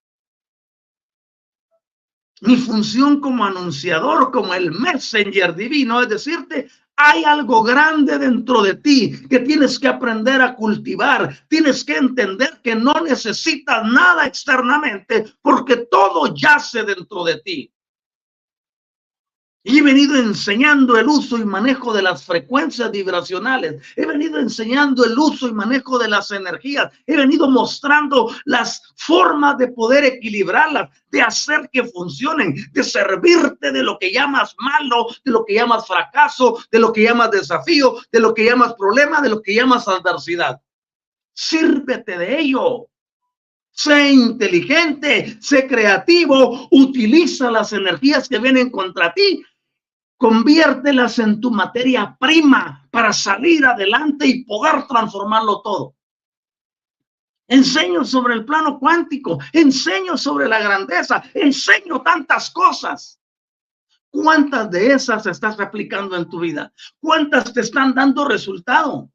Mi función como anunciador, como el messenger divino, es decirte, hay algo grande dentro de ti que tienes que aprender a cultivar. Tienes que entender que no necesitas nada externamente porque todo yace dentro de ti. Y he venido enseñando el uso y manejo de las frecuencias vibracionales. He venido enseñando el uso y manejo de las energías. He venido mostrando las formas de poder equilibrarlas, de hacer que funcionen, de servirte de lo que llamas malo, de lo que llamas fracaso, de lo que llamas desafío, de lo que llamas problema, de lo que llamas adversidad. Sírvete de ello. Sé inteligente, sé creativo, utiliza las energías que vienen contra ti. Conviértelas en tu materia prima para salir adelante y poder transformarlo todo. Enseño sobre el plano cuántico, enseño sobre la grandeza, enseño tantas cosas. ¿Cuántas de esas estás aplicando en tu vida? ¿Cuántas te están dando resultado?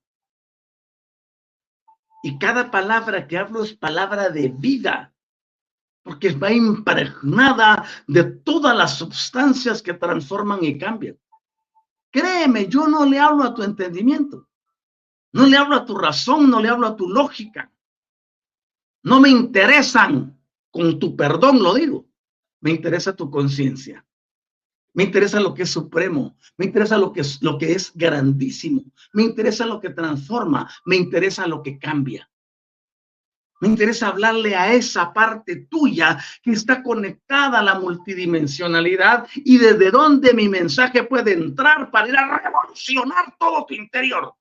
Y cada palabra que hablo es palabra de vida, porque va impregnada de todas las sustancias que transforman y cambian. Créeme, yo no le hablo a tu entendimiento, no le hablo a tu razón, no le hablo a tu lógica. No me interesan, con tu perdón lo digo, me interesa tu conciencia. Me interesa lo que es supremo, me interesa lo que es grandísimo, me interesa lo que transforma, me interesa lo que cambia. Me interesa hablarle a esa parte tuya que está conectada a la multidimensionalidad y desde donde mi mensaje puede entrar para ir a revolucionar todo tu interior.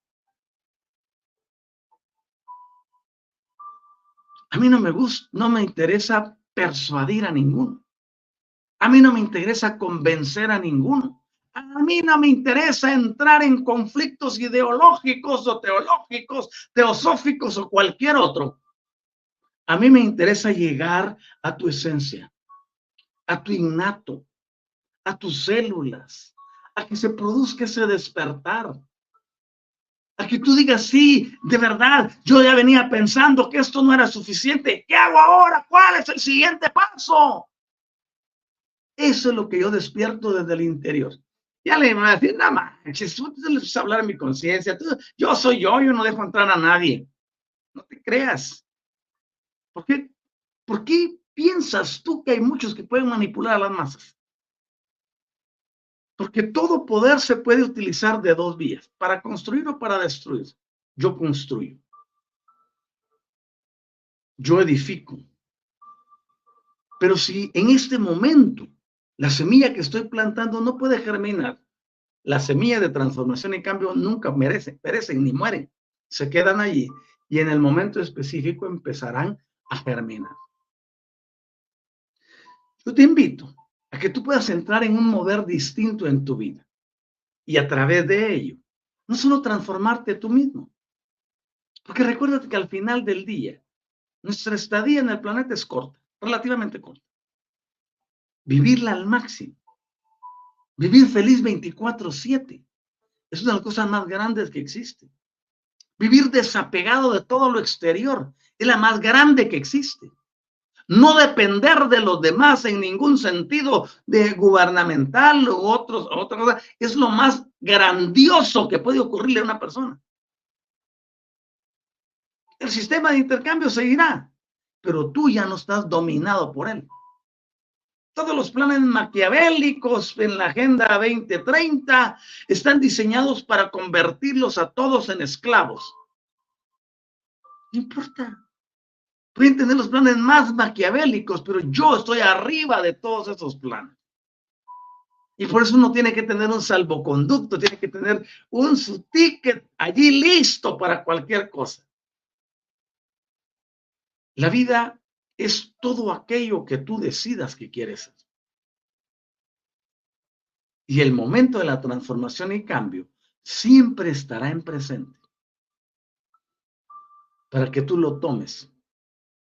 A mí no me gusta, no me interesa persuadir a ninguno. A mí no me interesa convencer a ninguno. A mí no me interesa entrar en conflictos ideológicos o teológicos, teosóficos o cualquier otro. A mí me interesa llegar a tu esencia, a tu innato, a tus células, a que se produzca ese despertar. A que tú digas, sí, de verdad, yo ya venía pensando que esto no era suficiente. ¿Qué hago ahora? ¿Cuál es el siguiente paso? Eso es lo que yo despierto desde el interior. Ya le voy a decir, nada más, tú le vas a hablar en mi conciencia. Yo soy yo no dejo entrar a nadie. No te creas. ¿Por qué piensas tú que hay muchos que pueden manipular a las masas? Porque todo poder se puede utilizar de dos vías, para construir o para destruir. Yo construyo. Yo edifico. Pero si en este momento la semilla que estoy plantando no puede germinar, las semillas de transformación y cambio nunca perecen ni mueren, se quedan allí y en el momento específico empezarán a germinar. Yo te invito a que tú puedas entrar en un mover distinto en tu vida y a través de ello, no solo transformarte tú mismo, porque recuérdate que al final del día, nuestra estadía en el planeta es corta, relativamente corta. Vivirla al máximo, vivir feliz 24/7, es una de las cosas más grandes que existe. Vivir desapegado de todo lo exterior es la más grande que existe. No depender de los demás en ningún sentido de gubernamental u otra cosa, es lo más grandioso que puede ocurrirle a una persona. El sistema de intercambio seguirá, pero tú ya no estás dominado por él. Todos los planes maquiavélicos en la Agenda 2030 están diseñados para convertirlos a todos en esclavos. No importa. Pueden tener los planes más maquiavélicos, pero yo estoy arriba de todos esos planes. Y por eso uno tiene que tener un salvoconducto, tiene que tener su ticket allí listo para cualquier cosa. La vida es todo aquello que tú decidas que quieres hacer. Y el momento de la transformación y cambio siempre estará en presente para que tú lo tomes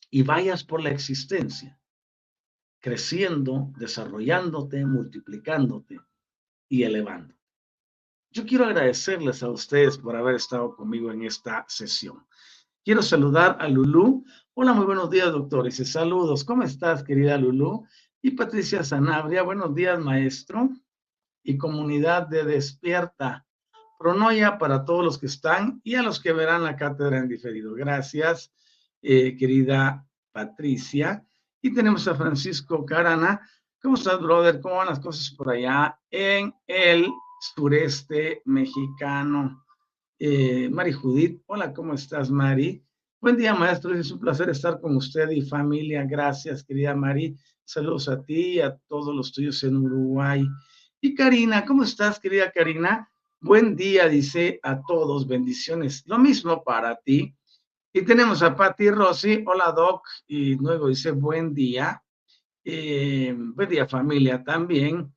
y vayas por la existencia, creciendo, desarrollándote, multiplicándote y elevando. Yo quiero agradecerles a ustedes por haber estado conmigo en esta sesión. Quiero saludar a Lulú. Hola, muy buenos días, doctores. Y saludos. ¿Cómo estás, querida Lulú? Y Patricia Sanabria. Buenos días, maestro. Y comunidad de Despierta. Pronoia para todos los que están y a los que verán la cátedra en diferido. Gracias, querida Patricia. Y tenemos a Francisco Carana. ¿Cómo estás, brother? ¿Cómo van las cosas por allá en el sureste mexicano? Mari Judith, hola, ¿cómo estás, Mari? Buen día, maestro, es un placer estar con usted y familia. Gracias, querida Mari. Saludos a ti y a todos los tuyos en Uruguay. Y Karina, ¿cómo estás, querida Karina? Buen día, dice a todos, bendiciones. Lo mismo para ti. Y tenemos a Patti Rossi, hola, Doc, y luego dice buen día. Buen día, familia, también.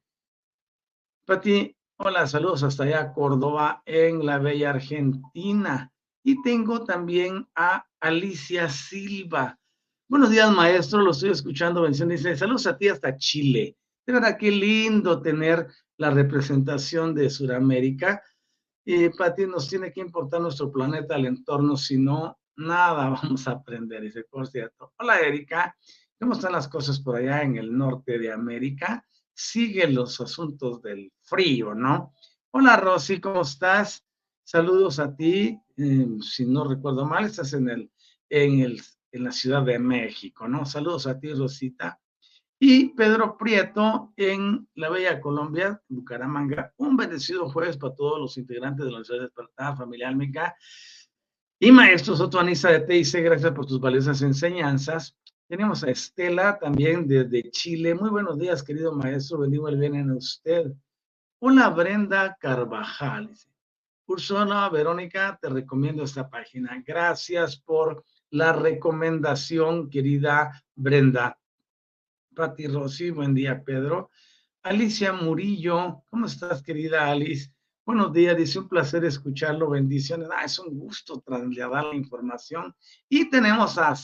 Pati, hola, saludos hasta allá, Córdoba, en la bella Argentina. Y tengo también a Alicia Silva. Buenos días, maestro, lo estoy escuchando. Bendición, dice, saludos a ti hasta Chile. De verdad, qué lindo tener la representación de Sudamérica. Pati, nos tiene que importar nuestro planeta, el entorno, si no, nada vamos a aprender. Dice, por cierto. Hola, Erika. ¿Cómo están las cosas por allá en el norte de América? Siguen los asuntos del frío, ¿no? Hola, Rosy, ¿cómo estás? Saludos a ti. Si no recuerdo mal, estás en la Ciudad de México, ¿no? Saludos a ti, Rosita. Y Pedro Prieto en la bella Colombia, Bucaramanga. Un bendecido jueves para todos los integrantes de la Universidad de Despertar, familia Álmica. Y maestro Soto Anisa de TIC, gracias por tus valiosas enseñanzas. Tenemos a Estela también desde Chile. Muy buenos días, querido maestro. Bendigo el bien en usted. Hola, Brenda Carvajal. Ursula Verónica, te recomiendo esta página. Gracias por la recomendación, querida Brenda. Pati Rossi, buen día, Pedro. Alicia Murillo, ¿cómo estás, querida Alice? Buenos días, dice, un placer escucharlo, bendiciones. Es un gusto trasladar la información. Y tenemos a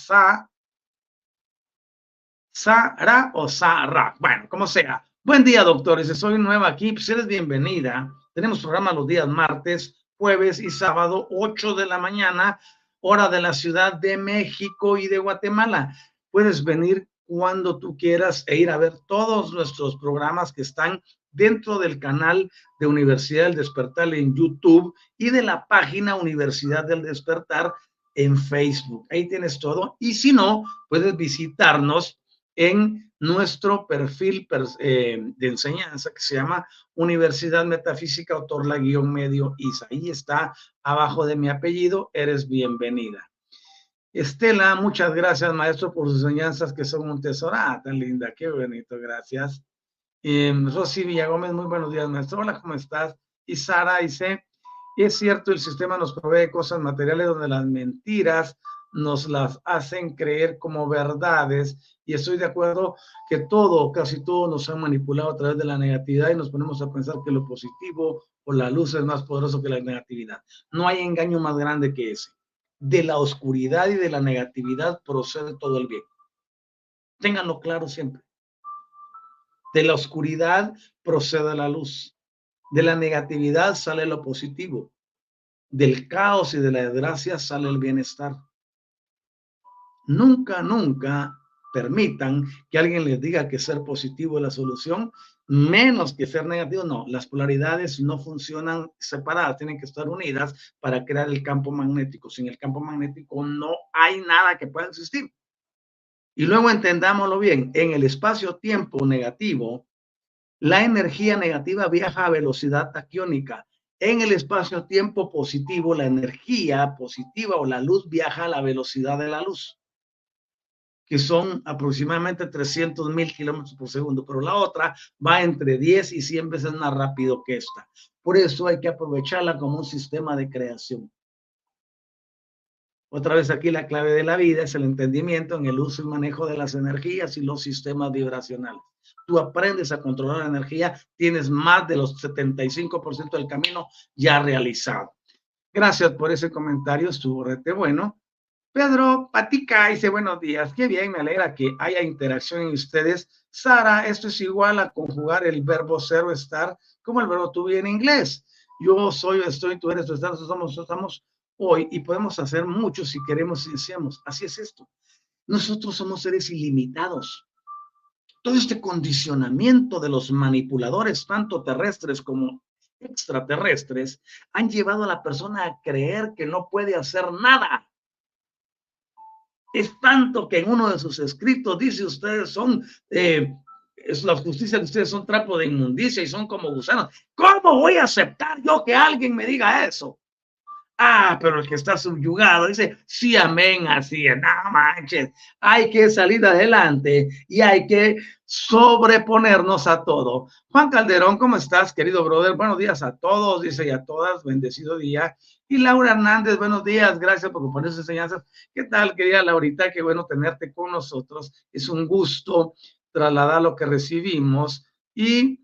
Sara o Sara, bueno, como sea. Buen día, doctores, soy nueva aquí, pues eres bienvenida. Tenemos programa los días martes, jueves y sábado, 8 de la mañana, hora de la Ciudad de México y de Guatemala. Puedes venir cuando tú quieras e ir a ver todos nuestros programas que están dentro del canal de Universidad del Despertar en YouTube y de la página Universidad del Despertar en Facebook. Ahí tienes todo. Y si no, puedes visitarnos en nuestro perfil de enseñanza que se llama Universidad Metafísica Otorla-Medio ISA. Ahí está, abajo de mi apellido, eres bienvenida. Estela, muchas gracias, maestro, por sus enseñanzas que son un tesoro. Tan linda, qué bonito, gracias. Rosy Villagómez, muy buenos días, maestro. Hola, ¿cómo estás? Y Sara dice, es cierto, el sistema nos provee cosas materiales donde las mentiras nos las hacen creer como verdades, y estoy de acuerdo que todo, casi todo nos han manipulado a través de la negatividad y nos ponemos a pensar que lo positivo o la luz es más poderoso que la negatividad. No hay engaño más grande que ese. De la oscuridad y de la negatividad procede todo el bien. Ténganlo claro siempre. De la oscuridad procede la luz. De la negatividad sale lo positivo. Del caos y de la desgracia sale el bienestar. Nunca, nunca permitan que alguien les diga que ser positivo es la solución, menos que ser negativo. No, las polaridades no funcionan separadas, tienen que estar unidas para crear el campo magnético. Sin el campo magnético no hay nada que pueda existir. Y luego entendámoslo bien, en el espacio-tiempo negativo, la energía negativa viaja a velocidad taquiónica. En el espacio-tiempo positivo, la energía positiva o la luz viaja a la velocidad de la luz, que son aproximadamente 300,000 kilómetros por segundo, pero la otra va entre 10 y 100 veces más rápido que esta. Por eso hay que aprovecharla como un sistema de creación. Otra vez aquí la clave de la vida es el entendimiento en el uso y manejo de las energías y los sistemas vibracionales. Tú aprendes a controlar la energía, tienes más de los 75% del camino ya realizado. Gracias por ese comentario, estuvo rete bueno. Pedro Patica dice, buenos días, qué bien, me alegra que haya interacción en ustedes. Sara, esto es igual a conjugar el verbo ser o estar como el verbo to be en inglés. Yo soy, estoy, tú eres, tú estás, nosotros estamos hoy y podemos hacer mucho si queremos y deseamos. Así es esto. Nosotros somos seres ilimitados. Todo este condicionamiento de los manipuladores, tanto terrestres como extraterrestres, han llevado a la persona a creer que no puede hacer nada. Es tanto que en uno de sus escritos dice, ustedes son, es la justicia de ustedes son trapo de inmundicia y son como gusanos. ¿Cómo voy a aceptar yo que alguien me diga eso? Ah, pero el que está subyugado dice, sí, amén, así es, no manches, hay que salir adelante y hay que sobreponernos a todo. Juan Calderón, ¿cómo estás, querido brother? Buenos días a todos, dice, y a todas, bendecido día. Y Laura Hernández, buenos días, gracias por compartir sus enseñanzas. ¿Qué tal, querida Laurita? Qué bueno tenerte con nosotros. Es un gusto trasladar lo que recibimos y...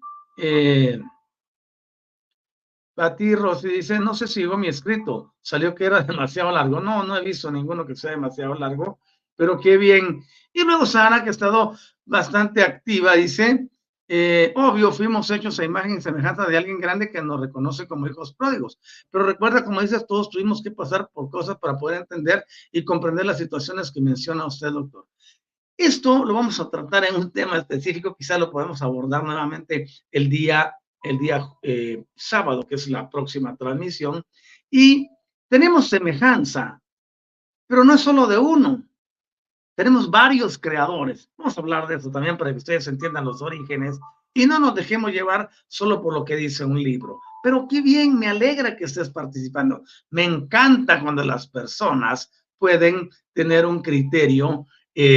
Pati Rossi dice, no sé si sigo mi escrito, salió que era demasiado largo. No, no he visto ninguno que sea demasiado largo, pero qué bien. Y luego Sara, que ha estado bastante activa, dice, obvio, fuimos hechos a imagen y semejanza de alguien grande que nos reconoce como hijos pródigos. Pero recuerda, como dices, todos tuvimos que pasar por cosas para poder entender y comprender las situaciones que menciona usted, doctor. Esto lo vamos a tratar en un tema específico, quizá lo podemos abordar nuevamente el día sábado, que es la próxima transmisión, y tenemos semejanza, pero no es solo de uno, tenemos varios creadores. Vamos a hablar de eso también para que ustedes entiendan los orígenes y no nos dejemos llevar solo por lo que dice un libro. Pero qué bien, me alegra que estés participando. Me encanta cuando las personas pueden tener un criterio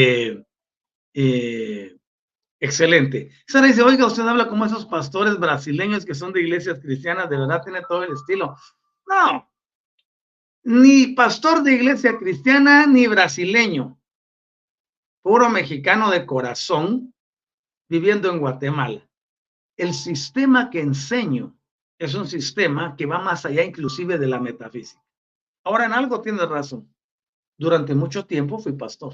excelente. Sara dice, oiga, usted habla como esos pastores brasileños que son de iglesias cristianas, de verdad tiene todo el estilo. No, ni pastor de iglesia cristiana, ni brasileño. Puro mexicano de corazón, viviendo en Guatemala. El sistema que enseño es un sistema que va más allá inclusive de la metafísica. Ahora en algo tienes razón. Durante mucho tiempo fui pastor.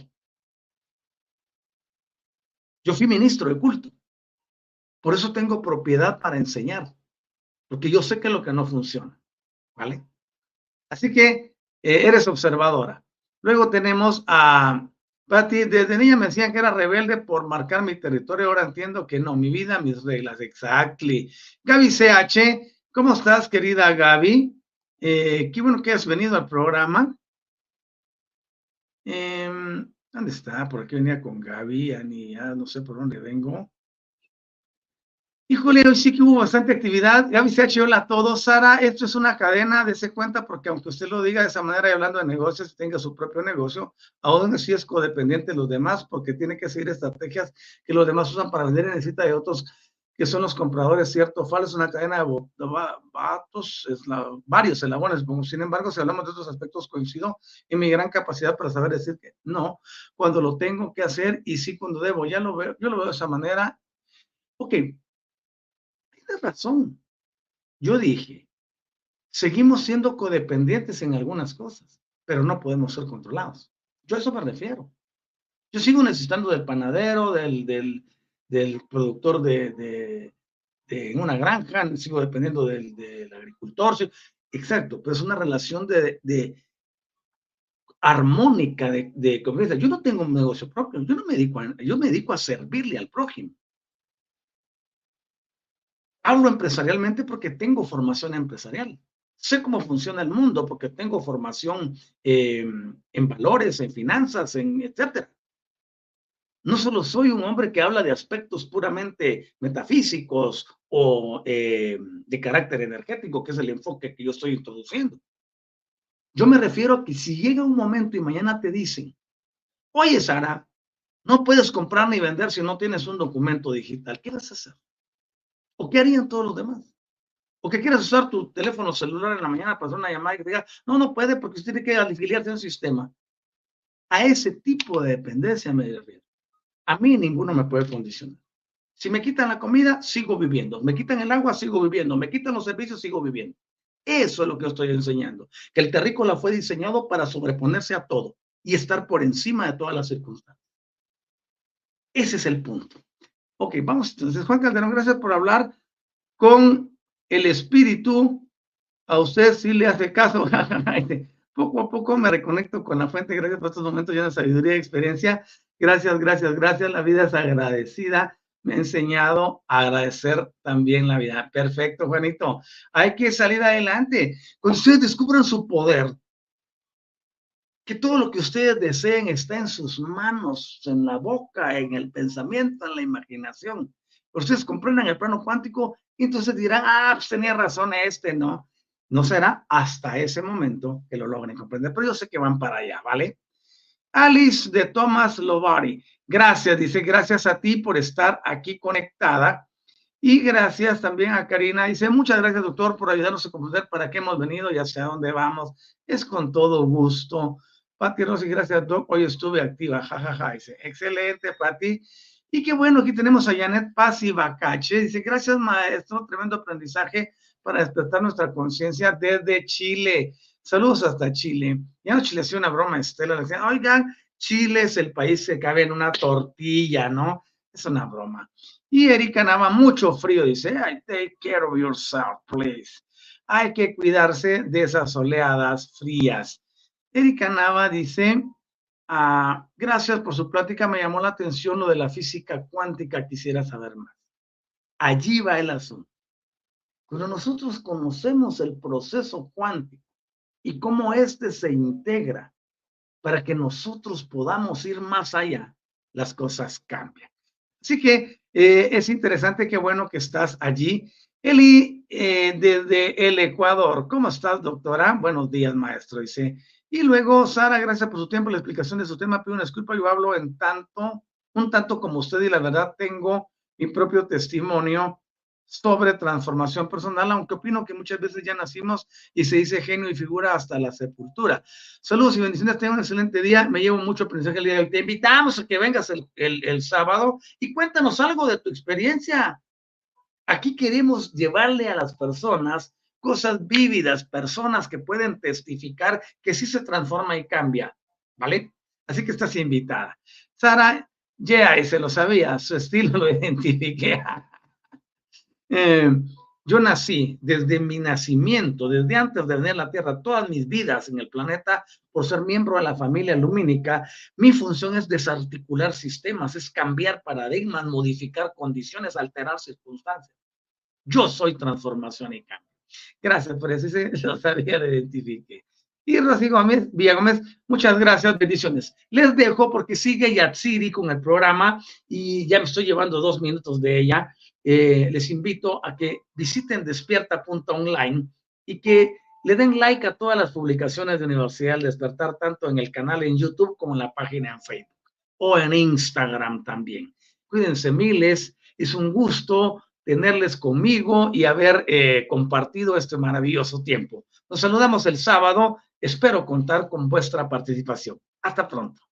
Yo fui ministro de culto. Por eso tengo propiedad para enseñar, porque yo sé que es lo que no funciona, ¿vale? Así que eres observadora. Luego tenemos a Pati, desde niña me decían que era rebelde por marcar mi territorio, ahora entiendo que no, mi vida, mis reglas, exactly. Gaby CH, ¿cómo estás, querida Gaby? Qué bueno que has venido al programa. ¿Dónde está? Por aquí venía con Gaby, ya no sé por dónde vengo. Híjole, hoy sí que hubo bastante actividad. Gaby se ha hecho hola a todos. Sara, esto es una cadena, dése cuenta, porque aunque usted lo diga de esa manera y hablando de negocios, tenga su propio negocio, aún así es codependiente de los demás, porque tiene que seguir estrategias que los demás usan para vender y necesita de otros que son los compradores, cierto o falso. Es una cadena de vatos, varios eslabones. Sin embargo, si hablamos de otros aspectos, coincido en mi gran capacidad para saber decir que no, cuando lo tengo que hacer y sí cuando debo. Ya lo veo, yo lo veo de esa manera. Ok. Tienes razón. Yo dije, seguimos siendo codependientes en algunas cosas, pero no podemos ser controlados. Yo a eso me refiero. Yo sigo necesitando del panadero, del productor en una granja, sigo dependiendo del agricultor, exacto, pero es una relación armónica de convivencia. Yo no tengo un negocio propio, yo me dedico a servirle al prójimo. Hablo empresarialmente porque tengo formación empresarial. Sé cómo funciona el mundo porque tengo formación en valores, en finanzas, etcétera. No solo soy un hombre que habla de aspectos puramente metafísicos o de carácter energético, que es el enfoque que yo estoy introduciendo. Yo me refiero a que si llega un momento y mañana te dicen, oye, Sara, no puedes comprar ni vender si no tienes un documento digital, ¿qué vas a hacer? ¿O qué harían todos los demás? ¿O que quieres usar tu teléfono celular en la mañana para hacer una llamada y que te diga, no puede porque usted tiene que afiliarse a un sistema? A ese tipo de dependencia me refiero. A mí ninguno me puede condicionar. Si me quitan la comida, sigo viviendo. Me quitan el agua, sigo viviendo. Me quitan los servicios, sigo viviendo. Eso es lo que estoy enseñando. Que el terrícola fue diseñado para sobreponerse a todo. y estar por encima de todas las circunstancias. Ese es el punto. Ok, vamos entonces. Juan Calderón, gracias por hablar con el espíritu. A usted sí le hace caso. Poco a poco me reconecto con la fuente. Gracias por estos momentos llenos de sabiduría y experiencia. Gracias, gracias, gracias. La vida es agradecida. Me ha enseñado a agradecer también la vida. Perfecto, Juanito. Hay que salir adelante. Cuando ustedes descubran su poder, que todo lo que ustedes deseen está en sus manos, en la boca, en el pensamiento, en la imaginación. Ustedes comprendan el plano cuántico y entonces dirán, pues tenía razón ¿no? No será hasta ese momento que lo logren comprender, pero yo sé que van para allá, ¿vale? Alice de Thomas Lovari, gracias, dice, gracias a ti por estar aquí conectada. Y gracias también a Karina, dice, muchas gracias doctor por ayudarnos a comprender para qué hemos venido y hacia dónde vamos. Es con todo gusto. Pati Rossi, gracias doc, hoy estuve activa, jajaja, dice, excelente Pati. Y qué bueno, aquí tenemos a Janet Paz y Bacache, dice, gracias maestro, tremendo aprendizaje para despertar nuestra conciencia desde Chile. Saludos hasta Chile. Ya no Chile hacía una broma, Estela, le decían, oigan, Chile es el país que cabe en una tortilla, ¿no? Es una broma. Y Erika Nava, mucho frío, dice, I take care of yourself, please. Hay que cuidarse de esas oleadas frías. Erika Nava dice, gracias por su plática, me llamó la atención lo de la física cuántica, quisiera saber más. Allí va el asunto. Cuando nosotros conocemos el proceso cuántico y cómo éste se integra para que nosotros podamos ir más allá, las cosas cambian. Así que es interesante, qué bueno que estás allí. Eli, desde el Ecuador, ¿cómo estás, doctora? Buenos días, maestro, dice. Y luego, Sara, gracias por su tiempo, la explicación de su tema. Pido una disculpa, yo hablo un tanto como usted y la verdad tengo mi propio testimonio sobre transformación personal, aunque opino que muchas veces ya nacimos y se dice genio y figura hasta la sepultura. Saludos y bendiciones, tengan un excelente día, me llevo mucho aprendizaje el día de hoy. Te invitamos a que vengas el sábado y cuéntanos algo de tu experiencia. Aquí queremos llevarle a las personas cosas vívidas, personas que pueden testificar que sí se transforma y cambia, ¿vale? Así que estás invitada. Sara, ya, y se lo sabía, su estilo lo identifiqué. Yo nací desde mi nacimiento, desde antes de venir a la Tierra, todas mis vidas en el planeta, por ser miembro de la familia lumínica, mi función es desarticular sistemas, es cambiar paradigmas, modificar condiciones, alterar circunstancias. Yo soy transformación y cambio. Gracias por eso, lo sabía, lo identifiqué. Y Rosy Gómez, Villagómez, muchas gracias, bendiciones. Les dejo porque sigue Yatsiri con el programa y ya me estoy llevando 2 minutos de ella. Les invito a que visiten despierta.online y que le den like a todas las publicaciones de Universidad del Despertar, tanto en el canal en YouTube como en la página en Facebook o en Instagram también. Cuídense miles, es un gusto tenerles conmigo y haber compartido este maravilloso tiempo. Nos saludamos el sábado, espero contar con vuestra participación. Hasta pronto.